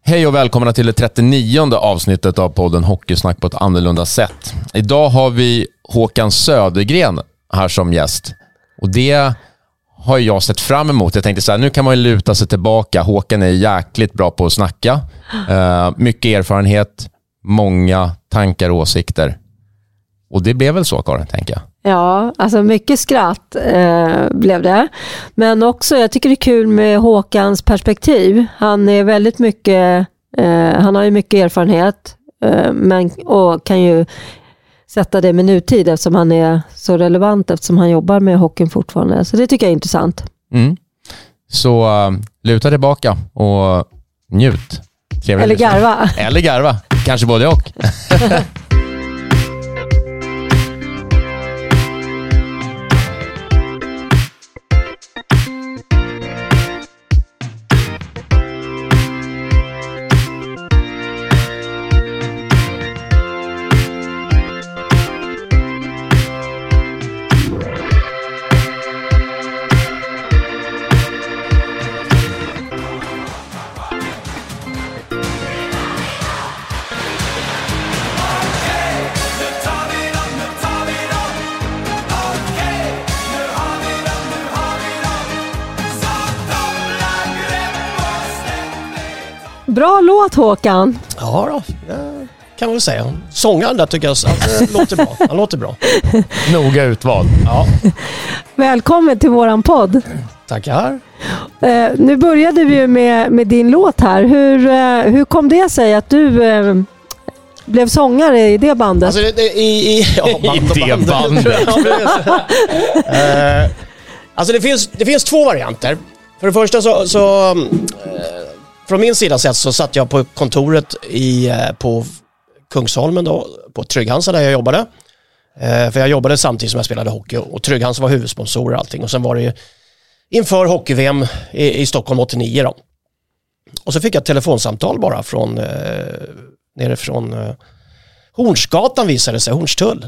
Hej och välkomna till det 39:e avsnittet av podden Hockeysnack på ett annorlunda sätt. Idag har vi Håkan Södergren här som gäst. Och det har jag sett fram emot. Jag tänkte så här, nu kan man ju luta sig tillbaka. Håkan är jäkligt bra på att snacka. Mycket erfarenhet, många tankar och åsikter. Och det blev väl så, Karin, tänker jag. Ja, alltså mycket skratt blev det. Men också, jag tycker det är kul med Håkans perspektiv. Han är väldigt mycket, han har ju mycket erfarenhet och kan ju sätta det med nutid eftersom han är så relevant, eftersom han jobbar med hockeyn fortfarande. Så det tycker jag är intressant. Så luta tillbaka och njut. Eller garva. Eller garva, kanske både och. Bra låt, Håkan. Ja då, kan man väl säga. Sångaren där tycker jag låter bra. Han låter bra. Noga utvald. Ja. Välkommen till våran podd. Tackar. Nu började vi med din låt här. Hur kom det sig att du blev sångare i det bandet? Alltså, i det bandet. Alltså det finns två varianter. För det första så från min sida sett så satt jag på kontoret på Kungsholmen då, på Trygg-Hansa där jag jobbade. För jag jobbade samtidigt som jag spelade hockey och Trygg-Hansa var huvudsponsor och allting. Och sen var det ju inför hockey-VM i Stockholm 89 då. Och så fick jag ett telefonsamtal bara nere från Hornsgatan visade sig, Hornstull.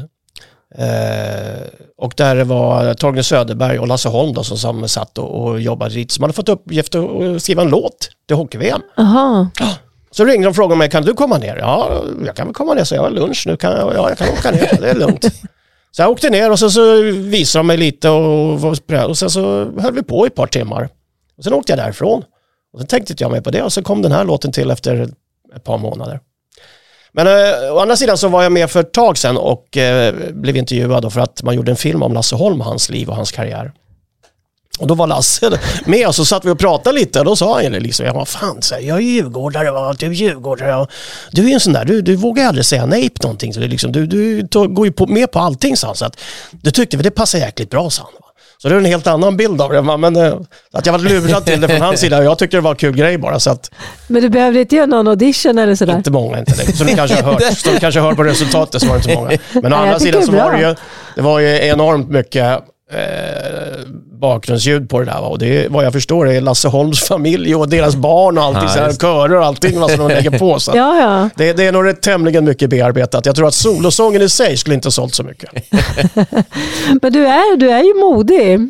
Och där var Torgny Söderberg och Lasse Holm då, som satt och jobbade dit, som hade fått uppgift att skriva en låt till hockey-VM. Aha. Så ringde de och frågade mig, kan du komma ner? Ja, jag kan väl komma ner, så jag har lunch nu, jag kan åka ner, det är lugnt. Så jag åkte ner och så visade de mig lite och sen så höll vi på i ett par timmar. Och sen åkte jag därifrån. Och sen tänkte jag mig på det och så kom den här låten till efter ett par månader. Men å andra sidan så var jag med för ett tag sedan och blev intervjuad då för att man gjorde en film om Lasse Holm, hans liv och hans karriär. Och då var Lasse med och så satt vi och pratade lite och då sa han liksom, vad fan, jag är djurgårdare och du är djurgårdare och du är en sån där, du vågar aldrig säga nej på någonting, så det liksom, du går ju med på allting, sa han, så att du tyckte det passar jäkligt bra, sa han. Så det är en helt annan bild av det, men att jag var lurad till det från hans sida och jag tyckte det var en kul grej bara, så att... Men du behövde inte göra någon audition eller sådär? Inte många, inte det. Så ni kanske hör på resultatet, så var det inte så många. Men å andra sidan så var det ju enormt mycket bakgrundsljud på det där, och det, vad jag förstår, är Lasse Holms familj och deras barn och allting, så här, körer och allting vad som de lägger på, så ja. Det är nog tämligen mycket bearbetat. Jag tror att solosången i sig skulle inte ha sålt så mycket. Men du är ju modig.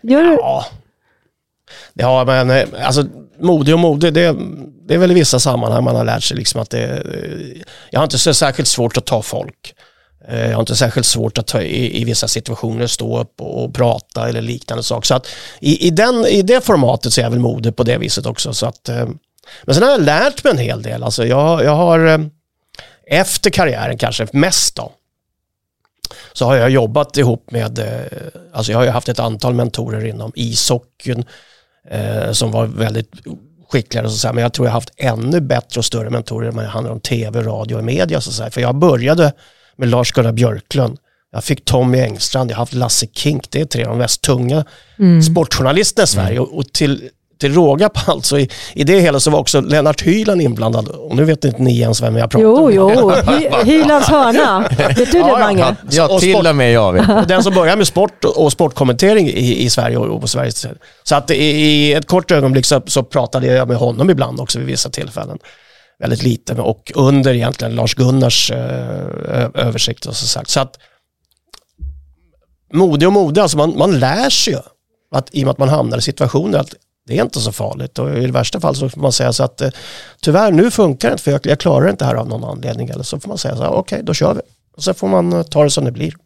Ja, men alltså modig, det är väl i vissa sammanhang man har lärt sig liksom att jag har inte så särskilt svårt att ta folk. Jag har inte särskilt svårt att i vissa situationer stå upp och prata eller liknande saker. Så att i det formatet så är jag väl modig på det viset också. Så att, men sen har jag lärt mig en hel del. Alltså jag har efter karriären kanske mest då, så har jag jobbat ihop med, alltså jag har ju haft ett antal mentorer inom ishockeyn som var väldigt skickligare, så men jag tror jag har haft ännu bättre och större mentorer när det handlar om tv, radio och media. Så för jag började med Lars-Gunnar Björklund. Jag fick Tommy Engstrand, jag har haft Lasse Kink, det är 3 av de mest tunga sportjournalisterna i Sverige. Och till råga på allt, så i det hela så var också Lennart Hyland inblandad. Och nu vet inte ni ens vem jag pratar om. Jo, Hylands hörna. Vet du det, Mange? Ja, till och med jag vet. Den som börjar med sport och sportkommentering i Sverige och på Sveriges. Så att i ett kort ögonblick så pratade jag med honom ibland också vid vissa tillfällen. Väldigt lite, och under egentligen Lars-Gunnars översikt och så sagt. Så att modig, alltså man lär sig ju att i och med att man hamnar i situationer att Det är inte så farligt, och i det värsta fall så får man säga så att tyvärr nu funkar det inte för jag klarar inte här av någon anledning, eller så får man säga så här, okej, då kör vi. Och så får man ta det som det blir.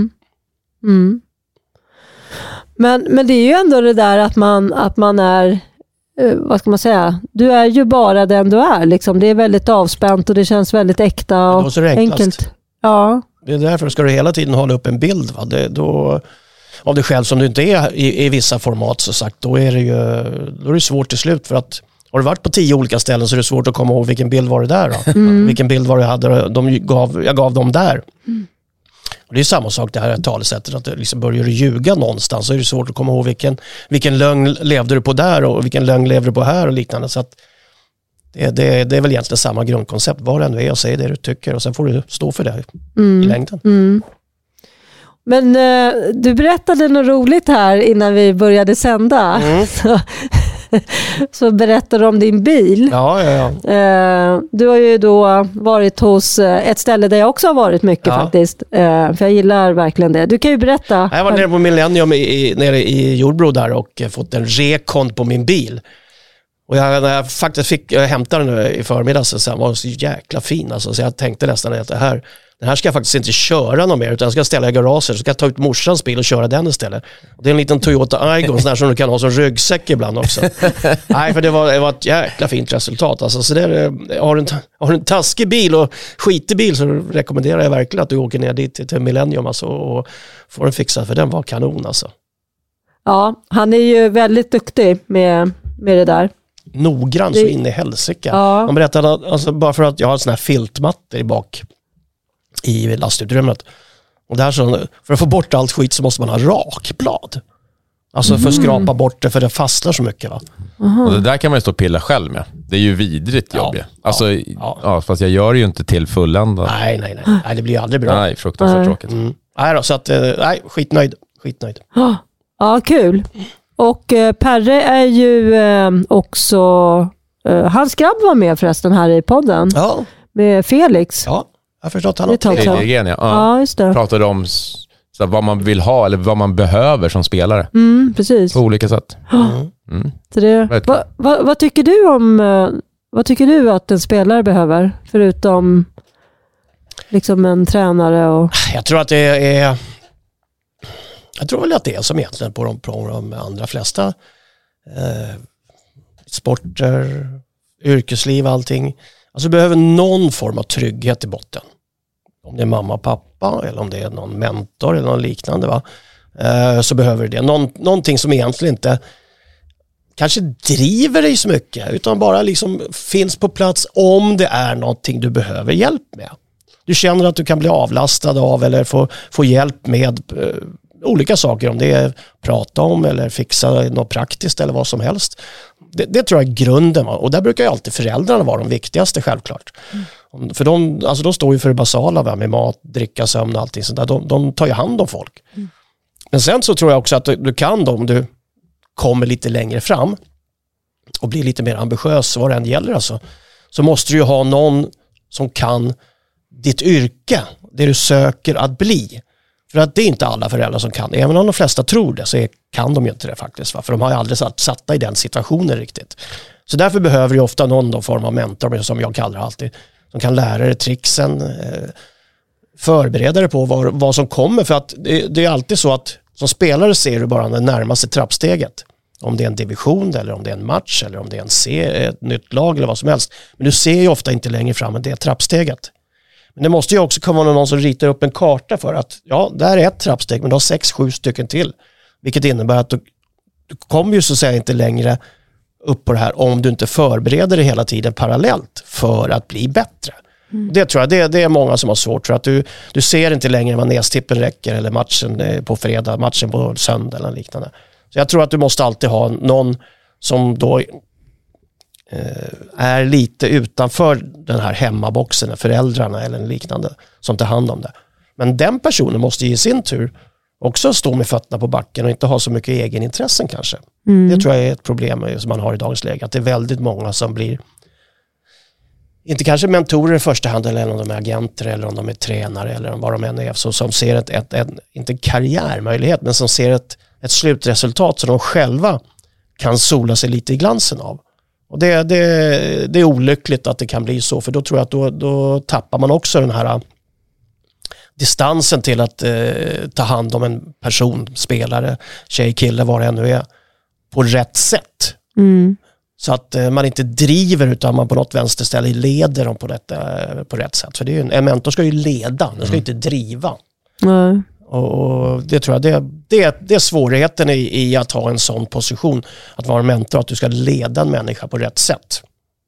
Men det är ju ändå det där att man är, vad ska man säga, du är ju bara den du är liksom. Det är väldigt avspänt och det känns väldigt äkta och enkelt. Ja. Det är därför ska du hela tiden hålla upp en bild, va? Då av dig själv som du inte är i vissa format, så sagt, då är det svårt till slut, för att har du varit på 10 olika ställen så är det svårt att komma ihåg vilken bild var det där då? Vilken bild var det jag hade, jag gav dem där. Och det är samma sak det här talesättet, att liksom börjar du ljuga någonstans så är det svårt att komma ihåg vilken lögn levde du på där och vilken lögn levde du på här och liknande. Så att det är väl egentligen samma grundkoncept. Var än du är och säg det du tycker, och sen får du stå för det i längden. Men du berättade något roligt här innan vi började sända. Så berättade du om din bil. Ja. Du har ju då varit hos ett ställe där jag också har varit mycket faktiskt. För jag gillar verkligen det. Du kan ju berätta. Jag var nere på Millennium nere i Jordbro där och fått en rekon på min bil. Och när jag faktiskt fick hämta den i förmiddags så var den så jäkla fin. Alltså, så jag tänkte nästan att den här ska jag faktiskt inte köra någon mer, utan jag ska ställa i garaget, så ska jag ta ut morsans bil och köra den istället. Och det är en liten Toyota Aygo, sån där som du kan ha som ryggsäck ibland också. Nej, för det var ett jäkla fint resultat. Alltså, så har du en taskig bil och skitig bil, så rekommenderar jag verkligen att du åker ner dit till Millennium alltså, och får den fixad, för den var kanon alltså. Ja, han är ju väldigt duktig med det där. Noggrann så in i helsika. Ja. Man berättade, alltså, bara för att jag har såna här filtmattor i bak i lastutrymmet. Och där så, för att få bort allt skit så måste man ha rakblad. Alltså för att skrapa bort det, för det fastnar så mycket, va? Och det där kan man ju stå och pilla själv med. Det är ju vidrigt jobb. Fast jag gör det ju inte till fullända. Nej, det blir ju aldrig bra. Nej, fruktansvärt tråkigt. Nej då, så att, skitnöjd. Ja, kul. Och Perre är ju också, hans grabb var med förresten här i podden. Ja. Med Felix. Ja, jag har förstått han också. Ja, just det. Pratade om så vad man vill ha eller vad man behöver som spelare. Precis. På olika sätt. Så det, vad tycker du om, vad tycker du att en spelare behöver, förutom liksom en tränare? Och... Jag tror att det är... Jag tror väl att det är som egentligen på de andra flesta sporter, yrkesliv, allting. Alltså behöver någon form av trygghet i botten. Om det är mamma och pappa eller om det är någon mentor eller någon liknande, va? Så behöver det. Någonting som egentligen inte kanske driver dig så mycket, utan bara liksom finns på plats om det är någonting du behöver hjälp med. Du känner att du kan bli avlastad av eller få hjälp med olika saker, om det är prata om eller fixa något praktiskt eller vad som helst. Det tror jag är grunden, och där brukar ju alltid föräldrarna vara de viktigaste, självklart. För de står ju för det basala, med mat, dricka, sömn och allting sånt där. De tar ju hand om folk. Men sen så tror jag också att du kan om du kommer lite längre fram och blir lite mer ambitiös vad det än gäller, alltså, så måste du ju ha någon som kan ditt yrke, det du söker att bli. För att det är inte alla föräldrar som kan. Även om de flesta tror det, så kan de ju inte det faktiskt. Va? För de har ju aldrig satta i den situationen riktigt. Så därför behöver du ofta någon form av mentor, som jag kallar det alltid, som kan lära dig tricksen, förbereda dig på vad som kommer. För att det är alltid så att som spelare ser du bara det närmaste trappsteget. Om det är en division eller om det är en match eller om det är ett nytt lag eller vad som helst. Men du ser ju ofta inte längre fram än det trappsteget. Men det måste ju också komma någon som ritar upp en karta för att där är ett trappsteg, men du har 6-7 stycken till. Vilket innebär att du kommer ju så att säga inte längre upp på det här om du inte förbereder det hela tiden parallellt för att bli bättre. Det tror jag, det är många som har svårt, för att du ser inte längre vad nästippen räcker eller matchen på fredag, matchen på söndag eller liknande. Så jag tror att du måste alltid ha någon som då är lite utanför den här hemmaboxen, föräldrarna eller liknande, som tar hand om det. Men den personen måste i sin tur också stå med fötterna på backen och inte ha så mycket egenintressen kanske. Det tror jag är ett problem som man har i dagens läge, att det är väldigt många som blir inte kanske mentorer i första hand, eller om de är agenter eller om de är tränare eller vad de än är, som ser inte en karriärmöjlighet, men som ser ett slutresultat som de själva kan sola sig lite i glansen av. Och det är olyckligt att det kan bli så, för då tror jag att då tappar man också den här distansen till att ta hand om en person, spelare, tjej, kille, vad det ännu är, på rätt sätt. Så att man inte driver, utan man på något vänsterställe leder dem på rätt sätt. För det är en mentor ska ju leda, den ska inte driva. Och det tror jag, det är svårigheten i att ha en sån position, att vara en mentor, att du ska leda en människa på rätt sätt.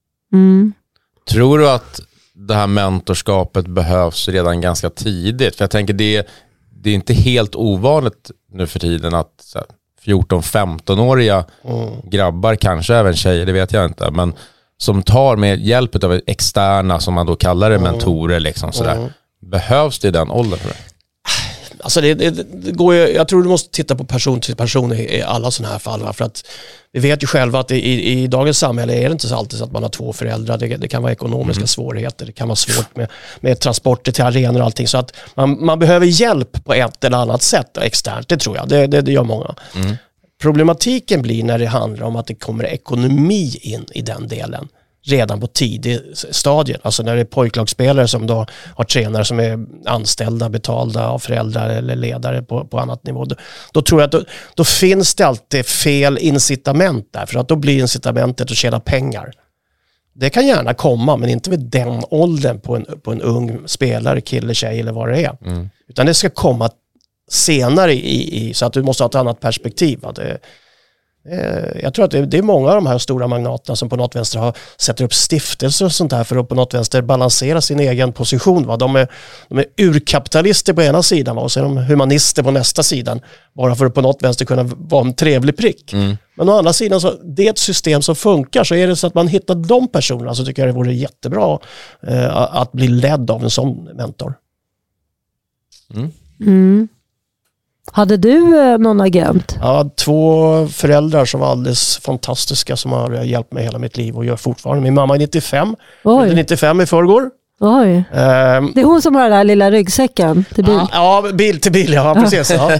Tror du att det här mentorskapet behövs redan ganska tidigt? För jag tänker det är inte helt ovanligt nu för tiden att 14-15-åriga grabbar, kanske även tjejer, det vet jag inte, men som tar med hjälp av externa, som man då kallar det, mentorer liksom sådär. Behövs det i den åldern för det? Alltså det går ju, jag tror du måste titta på person till person i alla sådana här fall. För att vi vet ju själva att i dagens samhälle är det inte så alltid så att man har 2 föräldrar. Det kan vara ekonomiska svårigheter. Det kan vara svårt med transporter till arenor och allting. Så att man behöver hjälp på ett eller annat sätt externt, det tror jag. Det gör många. Problematiken blir när det handlar om att det kommer ekonomi in i den delen redan på tidig stadier. Alltså när det är pojklagsspelare som då har tränare som är anställda, betalda av föräldrar eller ledare på annat nivå. Då tror jag att då finns det alltid fel incitament där. För att då blir incitamentet att tjäna pengar. Det kan gärna komma, men inte med den åldern på en ung spelare, kille, tjej eller vad det är. Utan det ska komma senare så att du måste ha ett annat perspektiv. Jag tror att det är många av de här stora magnaterna som på något vänster sätter upp stiftelser och sånt där för att på något vänster balansera sin egen position. Va? De är urkapitalister på ena sidan, va? Och så är de humanister på nästa sidan, bara för att på något vänster kunna vara en trevlig prick. Men å andra sidan, så det är ett system som funkar, så är det så att man hittar de personerna, så tycker jag det vore jättebra att bli ledd av en sån mentor. Hade du någon agent? Ja, 2 föräldrar som var alldeles fantastiska, som har hjälpt mig hela mitt liv och gör fortfarande. Min mamma är 95, är 95 i förgår. Oj. Det är hon som har den där lilla ryggsäcken till bil. Ja, bil till bil, ja precis. Ja.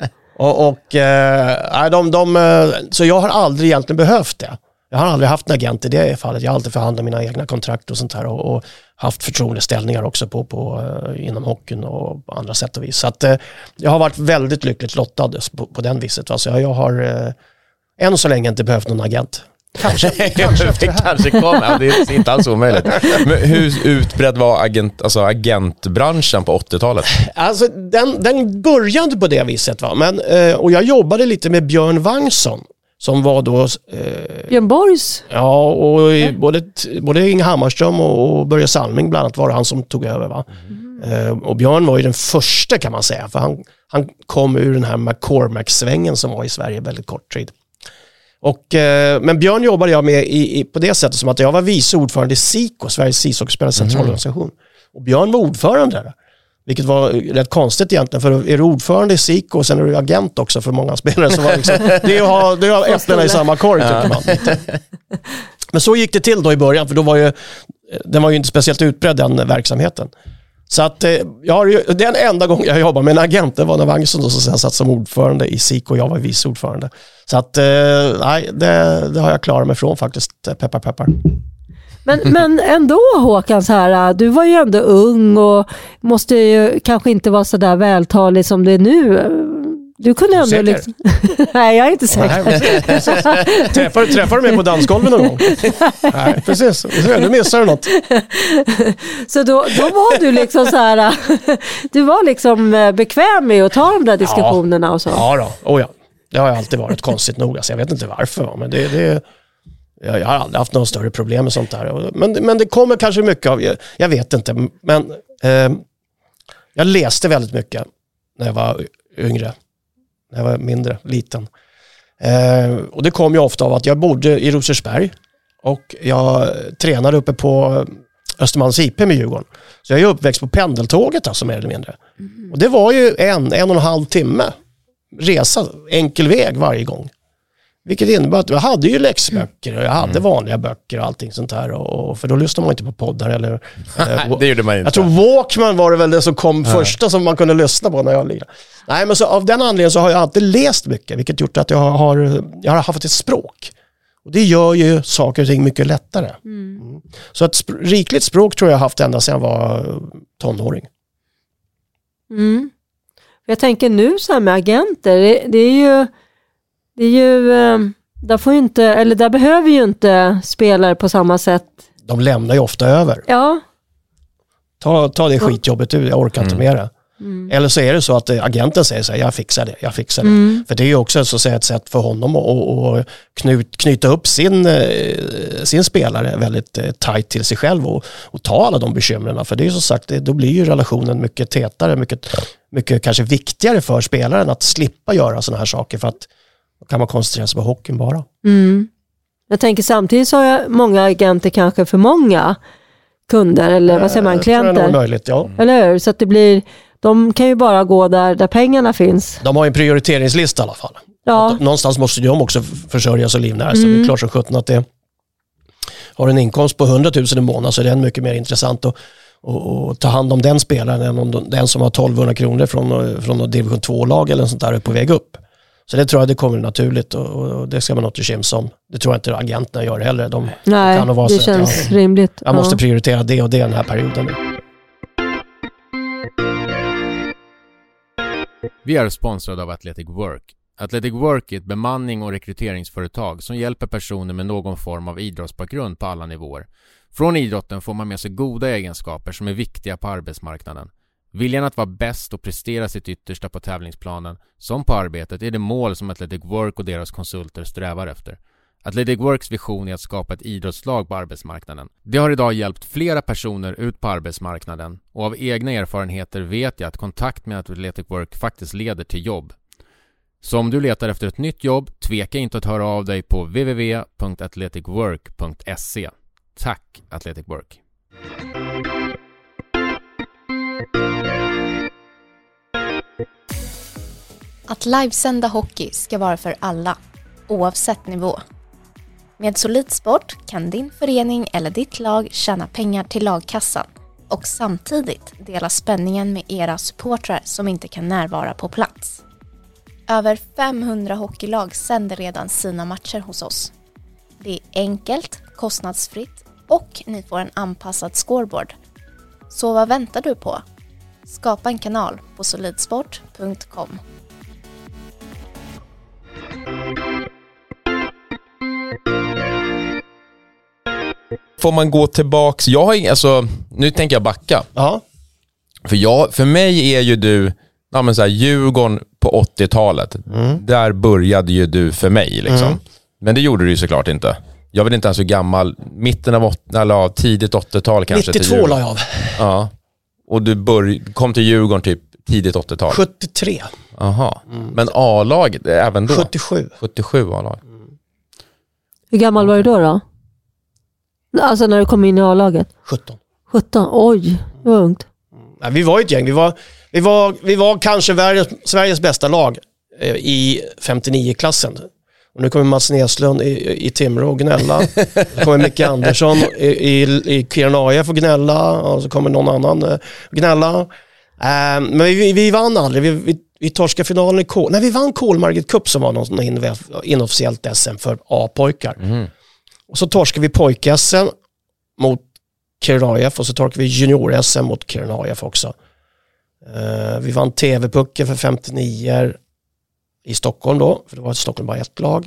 Så jag har aldrig egentligen behövt det. Jag har aldrig haft en agent i det fallet. Jag har alltid förhandlat mina egna kontrakt och sånt här, och haft förtroendeställningar också inom hockeyn och på andra sätt och vis. Så att jag har varit väldigt lyckligt lottad på den viset. Alltså jag har än så länge inte behövt någon agent. Kanske efter det här. Kanske kommer, det är inte alls omöjligt. Men hur utbredd var agentbranschen på 80-talet? Alltså den började på det viset, va? Men, och jag jobbade lite med Björn Wangsson, som var då... Björn Borgs? Ja, och både Inge Hammarström och Börje Salming bland annat var det han som tog över. Va? Och Björn var ju den första, kan man säga, för han kom ur den här McCormack-svängen som var i Sverige väldigt kort tid. Men Björn jobbade jag med på det sättet som att jag var vice ordförande i SIKO, Sveriges ishockeyspelares centralorganisation. Och Björn var ordförande där. Vilket var rätt konstigt egentligen, för är du ordförande i SIKO och sen är du agent också för många spelare, så var det liksom, det är att ha äpplena i samma korg, tycker man. Men så gick det till då i början, för då den var ju inte speciellt utbredd, den verksamheten. Så att den enda gången jag jobbade med en agent, det var när Wangsson då, så sen satt som ordförande i SIKO och jag var vice ordförande. Så att nej, det har jag klarat mig från faktiskt, peppar. Men ändå, Håkan, så här, du var ju ändå ung och måste ju kanske inte vara så där vältalig som det är nu. Du kunde ändå liksom... Nej, jag är inte säker. Träffar du mig på dansgolven någon gång? Nej, precis. Du missar något. Så då var du liksom så här... Du var liksom bekväm med att ta de där diskussionerna och så. Ja då. Ja. Det har jag alltid varit, konstigt nog. Alltså, jag vet inte varför, men jag har aldrig haft några större problem med sånt där. Men det kommer kanske mycket av... Jag vet inte, men jag läste väldigt mycket när jag var yngre. När jag var mindre, liten. Och det kom ju ofta av att jag bodde i Rosersberg och jag tränade uppe på Östermalms IP med Djurgården. Så jag är uppväxt på pendeltåget, alltså, mer eller mindre. Och det var ju en och en halv timme resa, enkel väg varje gång. Vilket innebär att jag hade ju läxböcker och jag hade vanliga böcker och allting sånt här. För då lyssnade man inte på poddar eller... det gjorde man inte. Jag tror Walkman var det väl det som kom första som man kunde lyssna på när jag lirade. Nej, men så av den anledningen så har jag alltid läst mycket, vilket gjort att jag har haft ett språk. Och det gör ju saker och ting mycket lättare. Så ett rikligt språk tror jag har haft ända sedan jag var tonåring. Jag tänker nu så här med agenter, det är ju där får ju inte, eller där behöver ju inte spelare på samma sätt. De lämnar ju ofta över. Ja. Ta det skitjobbet jag orkar inte med det. Eller så är det så att agenten säger så här, jag fixar det. För det är ju också så att säga, ett sätt för honom att knyta upp sin spelare väldigt tajt till sig själv och ta alla de bekymren. För det är ju så sagt, då blir ju relationen mycket tätare, mycket kanske viktigare för spelaren att slippa göra såna här saker, för att då kan man koncentrera sig på hockeyn bara. Jag tänker samtidigt så har jag många agenter kanske för många kunder, eller vad säger man, klienter. Det är nog möjligt, ja. Eller hur? Så att det blir, de kan ju bara gå där pengarna finns. De har ju en prioriteringslista i alla fall. Ja. Någonstans måste de också försörja sig och livnära. Så det är klart som 17 att det har en inkomst på 100 000 i månaden, så är det mycket mer intressant att ta hand om den spelaren än om den som har 1200 kronor från division 2-lag eller sånt där är på väg upp. Så det tror jag det kommer naturligt, och det ska man inte kimsa om. Det tror jag inte agenterna gör heller. Nej, kan vara det så känns rimligt. Jag måste prioritera det och det den här perioden. Vi är sponsrade av Athletic Work. Athletic Work är ett bemanning- och rekryteringsföretag som hjälper personer med någon form av idrottsbakgrund på alla nivåer. Från idrotten får man med sig goda egenskaper som är viktiga på arbetsmarknaden. Viljan att vara bäst och prestera sitt yttersta på tävlingsplanen som på arbetet är det mål som Athletic Work och deras konsulter strävar efter. Athletic Works vision är att skapa ett idrottslag på arbetsmarknaden. Det har idag hjälpt flera personer ut på arbetsmarknaden, och av egna erfarenheter vet jag att kontakt med Athletic Work faktiskt leder till jobb. Så om du letar efter ett nytt jobb, tveka inte att höra av dig på www.athleticwork.se. Tack Athletic Work! Att livesända hockey ska vara för alla, oavsett nivå. Med Solidsport kan din förening eller ditt lag tjäna pengar till lagkassan och samtidigt dela spänningen med era supportrar som inte kan närvara på plats. Över 500 hockeylag sänder redan sina matcher hos oss. Det är enkelt, kostnadsfritt och ni får en anpassad scoreboard. Så vad väntar du på? Skapa en kanal på solidsport.com. Får man gå tillbaks? Nu tänker jag backa. Ja. För mig är ju du Djurgården på 80-talet. Där började ju du för mig liksom. Men det gjorde du ju såklart inte. Jag vet inte ens hur gammal. Mitten av tidigt 80-tal kanske. 92 la jag av. Ja. Och du kom till Djurgården typ tidigt 80-tal. 73. Aha. Men A-laget även då? 77 A-lag. Hur gammal var du då? Alltså när du kom in i A-laget? 17, oj, det var ungt. Ja, vi var ju ett gäng. Vi var kanske Sveriges bästa lag i 59-klassen. Och nu kommer Mats Näslund i Timrå och gnälla. Så kommer Micke Andersson i Kiruna IF och gnälla. Och så kommer någon annan gnälla. Men vi vann aldrig. Vi torskade finalen i vi vann Kolmarget Cup som var någon inofficiellt SM för A-pojkar. Och så torskade vi pojk-SM mot Kiruna IF och så torskade vi junior-SM mot Kiruna IF också. Vi vann TV-pucken för 59 i Stockholm då, för det var i Stockholm bara ett lag.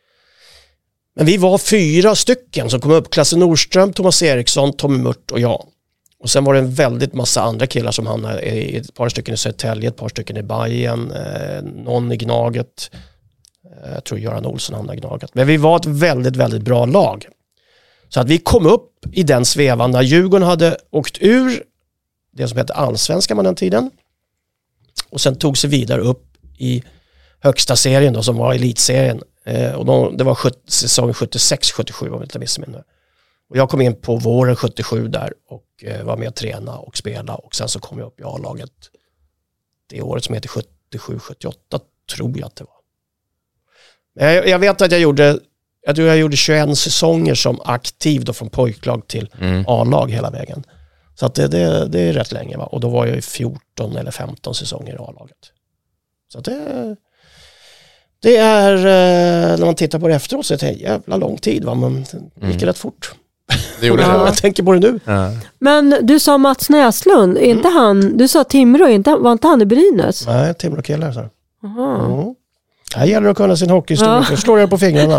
Men vi var 4 stycken som kom upp. Klasse Nordström, Thomas Eriksson, Tommy Mört och jag. Och sen var det en väldigt massa andra killar som hamnade i ett par stycken i Södertälje, ett par stycken i Bajen, någon i Gnaget. Jag tror Göran Olsson hamnade i Gnaget. Men vi var ett väldigt, väldigt bra lag. Så att vi kom upp i den svävan när Djurgården hade åkt ur det som hette Allsvenskan på den tiden. Och sen tog sig vidare upp i högsta serien då, som var elitserien. Och det var säsongen 76-77 om jag inte missminner. Och jag kom in på våren 77 där och var med och träna och spela. Och sen så kom jag upp i A-laget det året som heter 77-78 tror jag att det var. Jag vet att jag gjorde 21 säsonger som aktiv då från pojklag till A-lag hela vägen. Så att det är rätt länge, va? Och då var jag i 14 eller 15 säsonger i A-laget. Så att det är, när man tittar på det efteråt så är det en jävla lång tid, va? Men det gick rätt fort. Det gjorde det. Jag tänker på det nu. Ja. Men du sa Mats Näslund, inte han, du sa Timrå, var inte han i Brynäs? Nej, Timrå-killar. Så. Här gäller det att kunna sin hockeyhistoria. Så slår jag på fingrarna.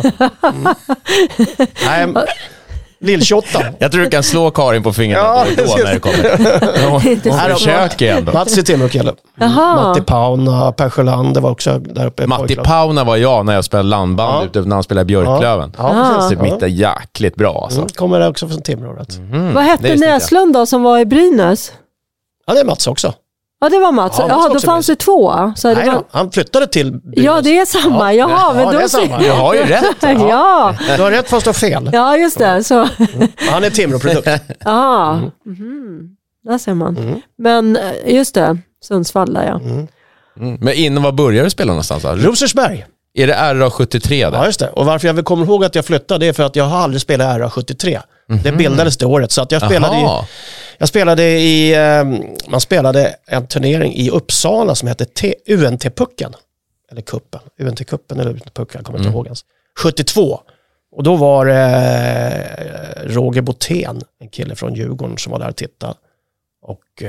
Nej, Lill-Tjotta. Jag tror du kan slå Karin på fingrarna då när det kommer. Hon försöker ändå. Mats är Timrå-kille. Matti Pauna, Per Sjölander var också där uppe. Matti Pauna var jag när jag spelade landband ute när han spelade Björklöven. Ja, Mitt är jäkligt bra alltså. Kommer det också från Timrå. Vad hette Näslund då som var i Brynäs? Ja, det är Mats också. Ja, det var Mats. Ja, då fanns det två. Så Nej, han flyttade till Brynäs. Ja, det är samma. Jaha, men det är samma. Jag har ju rätt. Ja. Du har rätt fast du har fel. Ja, just det. Så. Han är Timrå-produkt. Ja, där ser man. Men just det, Sundsvall där, ja. Men innan, vad började du spela någonstans? Rosersberg. Är det RA73 där? Ja, just det. Och varför jag kommer ihåg att jag flyttade, det är för att jag har aldrig spelat RA73. Det bildades det året. Så att jag spelade man spelade en turnering i Uppsala som hette UNT-pucken. Eller kuppen. UNT-kuppen eller UNT-pucken, jag kommer inte ihåg ens. 72. Och då var Roger Botén, en kille från Djurgården som var där och tittade. Och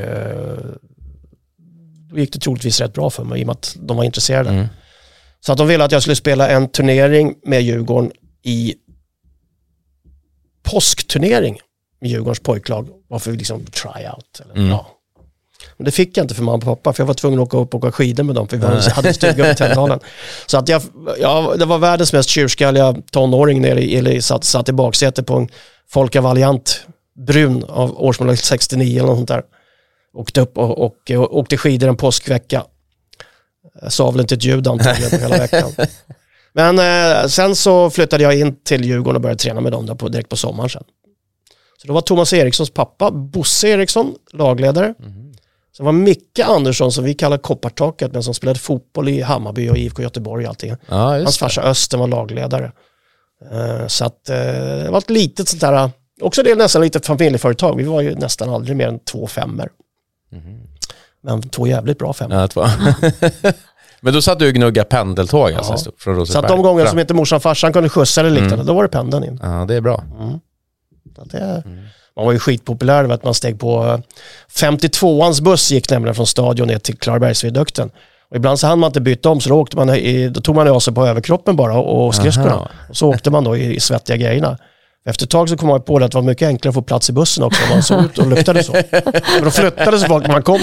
då gick det troligtvis rätt bra för mig i och med att de var intresserade. Så att de ville att jag skulle spela en turnering med Djurgården i påskturnering med Djurgårdens pojklag. Varför vi liksom tryout. Ja. Men det fick jag inte för mamma och pappa, för jag var tvungen att åka upp och åka skidor med dem, för vi hade en stuga i Tänndalen. Så att det var världens mest tjurskalliga tonåring nere satt i baksätet på en Folka Valiant brun av årsmodell 69 eller något sånt där. Åkte upp och åkte skidor en påskvecka. Sa väl inte ett ljud antagligen på hela veckan. Men sen så flyttade jag in till Djurgården och började träna med dem där direkt på sommaren sen. Så då var Thomas Erikssons pappa, Bosse Eriksson, lagledare. Så var Micke Andersson, som vi kallar Koppartaket, men som spelade fotboll i Hammarby och IFK Göteborg och allting. Ja, hans farsa Östen var lagledare. Så att det var ett litet sånt där, också det är nästan lite familjeföretag. Vi var ju nästan aldrig mer än 2 femmor. Men 2 jävligt bra femmor. Ja, 2. Men då satt du och gnugga pendeltåg alltså, från Rosersberg. Så att de gånger som inte morsan farsan kunde skjutsa eller liknande, då var det pendeln in. Ja, det är bra. Man var ju skitpopulär, vet, man steg på 52ans buss, gick nämligen från stadion ner till Klarabergsviadukten. Och ibland så hann man inte byta om, så då tog man av sig på överkroppen bara och skridskorna. Och så åkte man då i svettiga grejerna. Efter ett tag så kom man på det att det var mycket enklare att få plats i bussen också, om man såg ut och luktade så. Men då flyttade sig folk när man kom.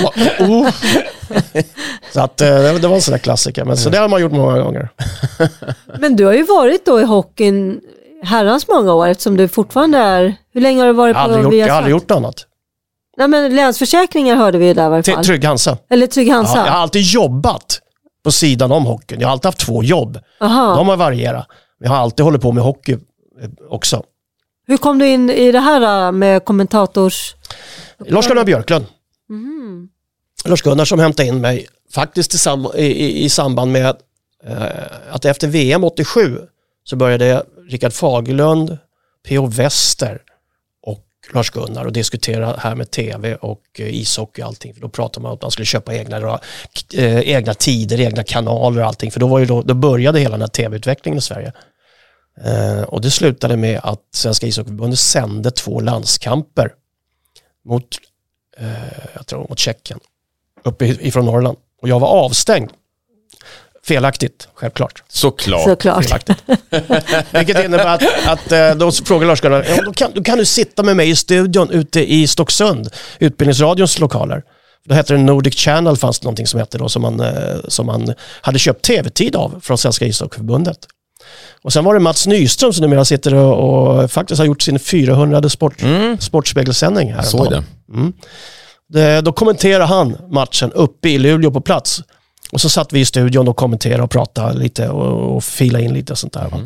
Så att det var en sån där klassiker. Men så det har man gjort många gånger. Men du har ju varit då i hockeyn herrans många år, eftersom du fortfarande är... Hur länge har du varit på Viasat? Jag har aldrig gjort annat. Nej, men Länsförsäkringar hörde vi ju där i varje fall. Trygg Hansa. Eller Trygg Hansa. Ja, jag har alltid jobbat på sidan om hockeyn. Jag har alltid haft 2 jobb. Aha. De har varierat. Men jag har alltid hållit på med hockey också. Hur kom du in i det här med kommentators... Lars-Gunnar Björklund. Lars-Gunnar som hämtade in mig faktiskt i samband med att efter VM 87 så började Rickard Fagerlund, P.O. Wester och Lars-Gunnar och diskutera här med tv och ishockey och allting. För då pratade man om att man skulle köpa egna tider, egna kanaler och allting. För då började hela den här tv-utvecklingen i Sverige. Och det slutade med att Svenska ishockeyförbundet sände 2 landskamper mot Tjeckien uppe ifrån Norrland. Och jag var avstängd. Felaktigt, självklart. Såklart. Felaktigt. Vilket innebär att då frågar Lars-Gunnar, då kan du sitta med mig i studion ute i Stocksund, Utbildningsradions lokaler. Då hette det Nordic Channel, fanns det någonting som hette då, som man hade köpt tv-tid av från Svenska ishockeyförbundet. Och sen var det Mats Nyström som numera sitter och faktiskt har gjort sin 400 sportspegelsändning här. Så det. Då kommenterar han matchen uppe i Luleå på plats. Och så satt vi i studion och kommenterade och pratade lite och fila in lite och sånt där.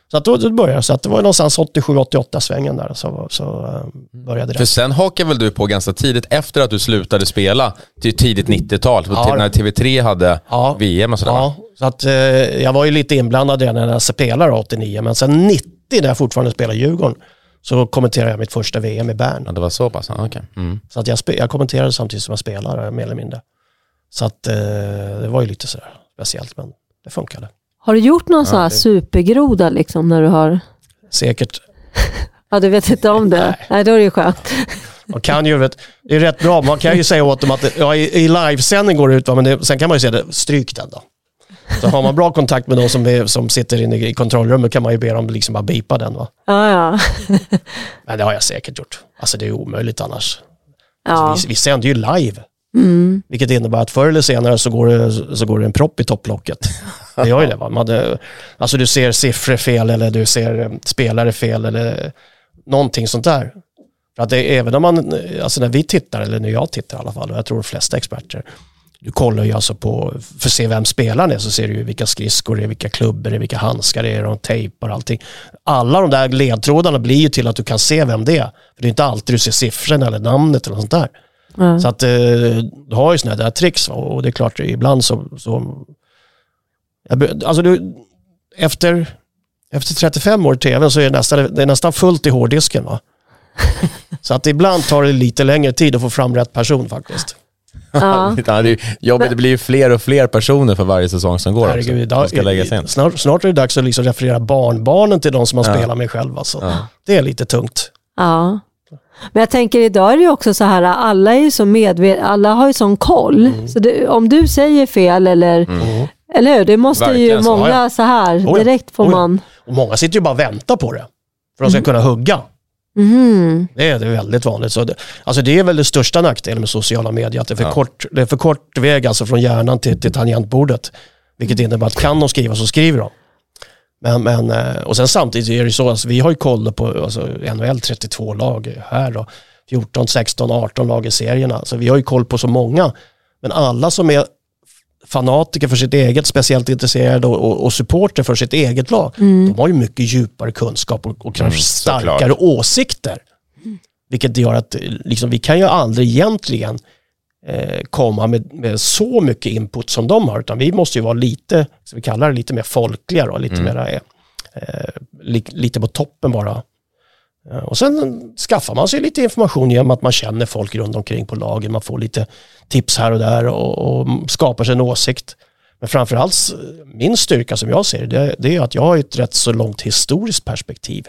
Så att då började jag. Så att det var någonstans 87-88 svängen där. Så började det. För sen hakade väl du på ganska tidigt efter att du slutade spela till tidigt 90-tal. När TV3 hade VM och sådär. Ja, så att jag var ju lite inblandad redan när jag spelade 89. Men sen 90 när jag fortfarande spelade Djurgården så kommenterade jag mitt första VM i Bern. Ja, det var så pass, okej. Så att jag kommenterade samtidigt som jag spelade mer eller mindre. Så att det var ju lite sådär speciellt, men det funkade. Har du gjort någon sån här supergroda liksom när du har... Säkert. Ja, du vet inte om det. Nej, då är det ju skönt. Man kan ju, det är rätt bra. Man kan ju säga åt dem att i livesändning går det ut, men sen kan man ju säga det, stryk den då. Så har man bra kontakt med de som sitter inne i kontrollrummet kan man ju be dem liksom bara bipa den, va? Ja. Men det har jag säkert gjort. Alltså det är omöjligt annars. Ja. Alltså, vi sänder ju live. Vilket innebär att förr eller senare så går det en propp i topplocket. Det gör ju det, va? Alltså du ser siffror fel eller du ser spelare fel eller någonting sånt där. För att även om alltså när vi tittar, eller när jag tittar i alla fall, och jag tror de flesta experter, du kollar ju alltså på, för att se vem spelaren är, så ser du ju vilka skridskor det är, vilka klubbor det är, vilka handskar det är, och tejpar och allting. Alla de där ledtrådarna blir ju till att du kan se vem det är. För det är inte alltid du ser siffrorna eller namnet eller sånt där. Så att du har ju sådana där tricks, och det är klart ibland så alltså efter 35 år i tv så är det nästan fullt i hårddisken, va? Så att ibland tar det lite längre tid att få fram rätt person faktiskt. Ja. Det blir ju fler och fler personer för varje säsong som går. Herregud, också, ska läggas in. Snart är det dags att liksom referera barnbarnen till de som man spelar med själv. Alltså. Det är lite tungt. Ja. Men jag tänker idag är det ju också så här, alla är ju så alla har ju sån koll. Så om du säger fel eller hur, det måste verkligen ju många så här, direkt får man. Och många sitter ju bara och väntar på det. För att de ska kunna hugga. Det är väldigt vanligt. Så det är väl det största nackdelen med sociala medier, att det är för kort väg alltså från hjärnan till tangentbordet. Vilket innebär att kan de skriva så skriver de. Men och sen samtidigt är det så att vi har ju koll på NHL 32 lag här då, 14, 16, 18 lag i serierna. Så vi har ju koll på så många. Men alla som är fanatiker för sitt eget, speciellt intresserade och supporter för sitt eget lag, de har ju mycket djupare kunskap och kanske starkare åsikter. Vilket gör att liksom, vi kan ju aldrig egentligen komma med så mycket input som de har, utan vi måste ju vara lite, så vi kallar det lite mer folkligare och lite mer lite på toppen bara. Och sen skaffar man sig lite information genom att man känner folk runt omkring på lagen, man får lite tips här och där och skapar sig en åsikt. Men framförallt min styrka som jag ser det är att jag har ett rätt så långt historiskt perspektiv.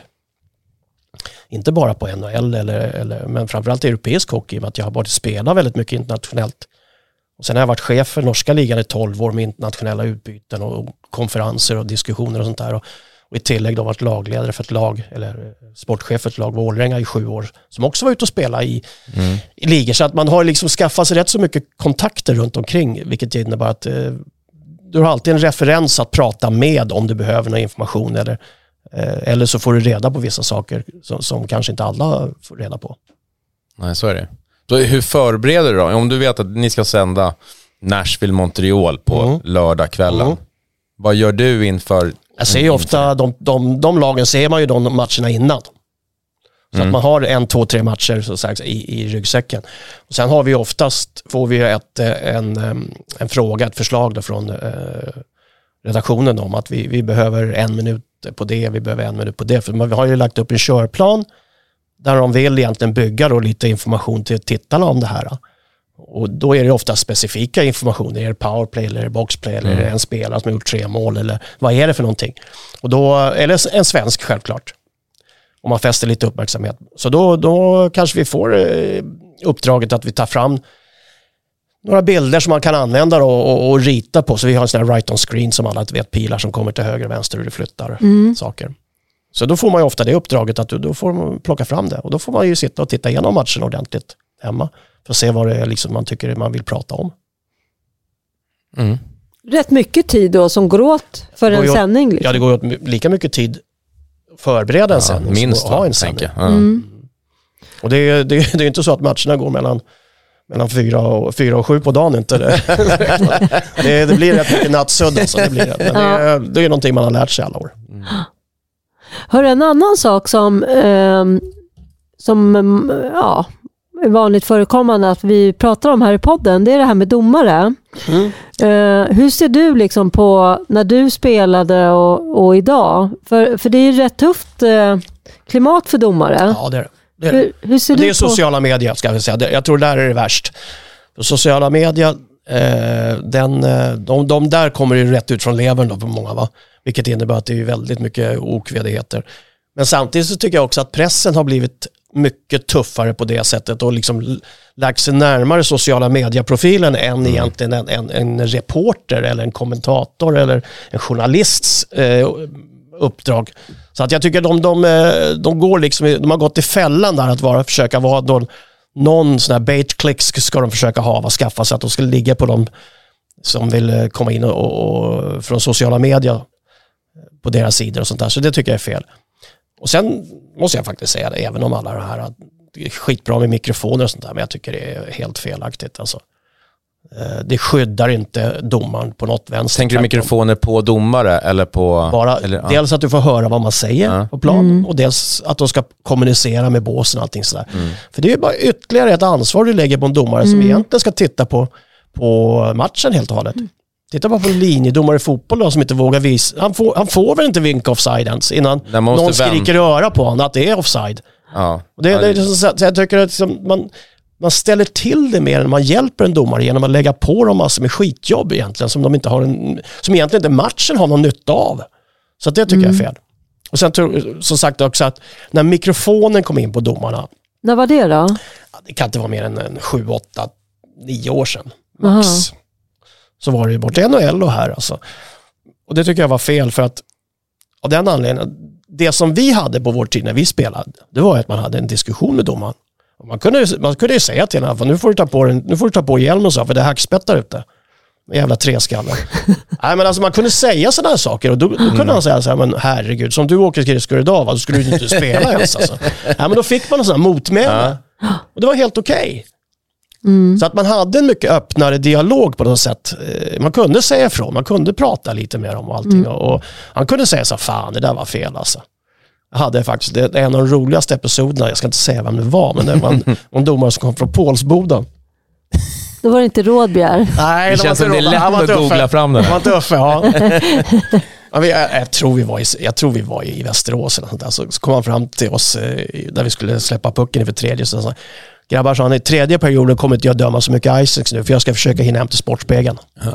Inte bara på NHL men framförallt europeisk hockey, med att jag har varit spelat väldigt mycket internationellt. Och sen har jag varit chef för norska ligan i 12 år med internationella utbyten och konferenser och diskussioner och sånt där. Och i tillägg då varit lagledare för ett lag, eller sportchef för ett lag, Vålerenga i 7 år, som också var ute och spela i ligor. Så att man har liksom skaffat sig rätt så mycket kontakter runt omkring, vilket innebär att du har alltid en referens att prata med om du behöver någon information, eller så får du reda på vissa saker som kanske inte alla får reda på. Nej, så är det. Så hur förbereder du då? Om du vet att ni ska sända Nashville-Montreal på lördagskvällen. Vad gör du inför? Jag ser ju ofta de lagen ser man ju de matcherna innan. Så att man har 1, 2, 3 matcher så sagt, i ryggsäcken. Och sen har vi får vi en fråga, ett förslag då från redaktionen om att vi behöver 1 minut på det, vi behöver 1 minut på det. För vi har ju lagt upp en körplan där de vill egentligen bygga då lite information till tittarna om det här. Och då är det ofta specifika information. Är det powerplay eller boxplay eller är det en spelare som har gjort 3 mål eller vad är det för någonting? Och då, eller en svensk självklart. Om man fäster lite uppmärksamhet. Så då kanske vi får uppdraget att vi tar fram några bilder som man kan använda och rita på. Så vi har en sån här right on screen som alla vet, pilar som kommer till höger och vänster och det flyttar saker. Så då får man ju ofta det uppdraget att då får man plocka fram det. Och då får man ju sitta och titta igenom matchen ordentligt hemma. För att se vad det är liksom man tycker man vill prata om. Rätt mycket tid då som går åt för en sändning. Liksom. Ja, det går åt lika mycket tid förbereda en sändning. Minst ha en sändning. Och det är inte så att matcherna går mellan 4 och 7 på dagen. Inte det. Det blir rätt mycket nattsöd. Alltså, det är någonting man har lärt sig alla år. Hör en annan sak som är vanligt förekommande att vi pratar om här i podden, det är det här med domare. Hur ser du liksom på när du spelade och idag? För det är ju rätt tufft klimat för domare. Ja, det är det. Hur ser det du är sociala medier, ska vi säga. Jag tror där är det värst. För sociala medier, de där kommer ju rätt ut från levern då på många, va? Vilket innebär att det är väldigt mycket okvädigheter. Men samtidigt så tycker jag också att pressen har blivit mycket tuffare på det sättet och liksom lagt sig närmare sociala medieprofilen än egentligen en reporter eller en kommentator eller en journalists uppdrag. Så att jag tycker de går liksom, de har gått i fällan där att försöka vara någon sån här bait-clicks ska de försöka skaffa så att de ska ligga på dem som vill komma in och från sociala medier på deras sidor och sånt där. Så det tycker jag är fel. Och sen måste jag faktiskt säga det, även om alla det här det är skitbra med mikrofoner och sånt där, men jag tycker det är helt felaktigt. Alltså, det skyddar inte domaren på något vänster. Tänker du mikrofoner på domare eller på... Bara, dels att du får höra vad man säger på plan och dels att de ska kommunicera med båsen och allting sådär. För det är ju bara ytterligare ett ansvar du lägger på en domare som egentligen ska titta på matchen helt och hållet. Titta bara på en linjedomare i fotboll då, som inte vågar visa. Han får väl inte vinka offside ens innan någon skriker i öra på honom att det är offside. Ja. Och det är så jag tycker att man ställer till det mer än man hjälper en domare genom att lägga på dem massor med skitjobb egentligen som de inte har som egentligen inte matchen har någon nytta av. Så det tycker jag är fel. Och sen som sagt också att när mikrofonen kom in på domarna. När var det då? Det kan inte vara mer än 7, 8, 9 år sedan. Max. Så var det ju bort NHL och här alltså. Och det tycker jag var fel för att av den anledningen, det som vi hade på vår tid när vi spelade, det var att man hade en diskussion med domaren. Och man kunde ju säga till honom, nu får du ta på hjälmen så för det är hackspettar ute. Jävla treskallar. Nej, men alltså man kunde säga sådana här saker och då kunde han säga så här, men herregud, som du åker skridskor idag, då skulle du inte spela ens alltså. Nej, men då fick man en sån här motmäle. Och det var helt okej. Så att man hade en mycket öppnare dialog på något sätt. Man kunde säga ifrån, man kunde prata lite mer om allting och han kunde säga så fan, det där var fel alltså. Jag hade faktiskt, det är en av de roligaste episoderna, jag ska inte säga vem det var, men det var en domare som kom från Pålsboda. Då var det inte Rådbjer. Nej, det känns som det är lätt att googla fram det. Det var inte Uffe, ja. Jag tror vi var i Västerås eller sånt där. Så kom han fram till oss där vi skulle släppa pucken inför tredje. Så sa, grabbar, sa han, i tredje perioden kommer inte jag döma så mycket Isaacs nu för jag ska försöka hinna hem till Sportspegeln.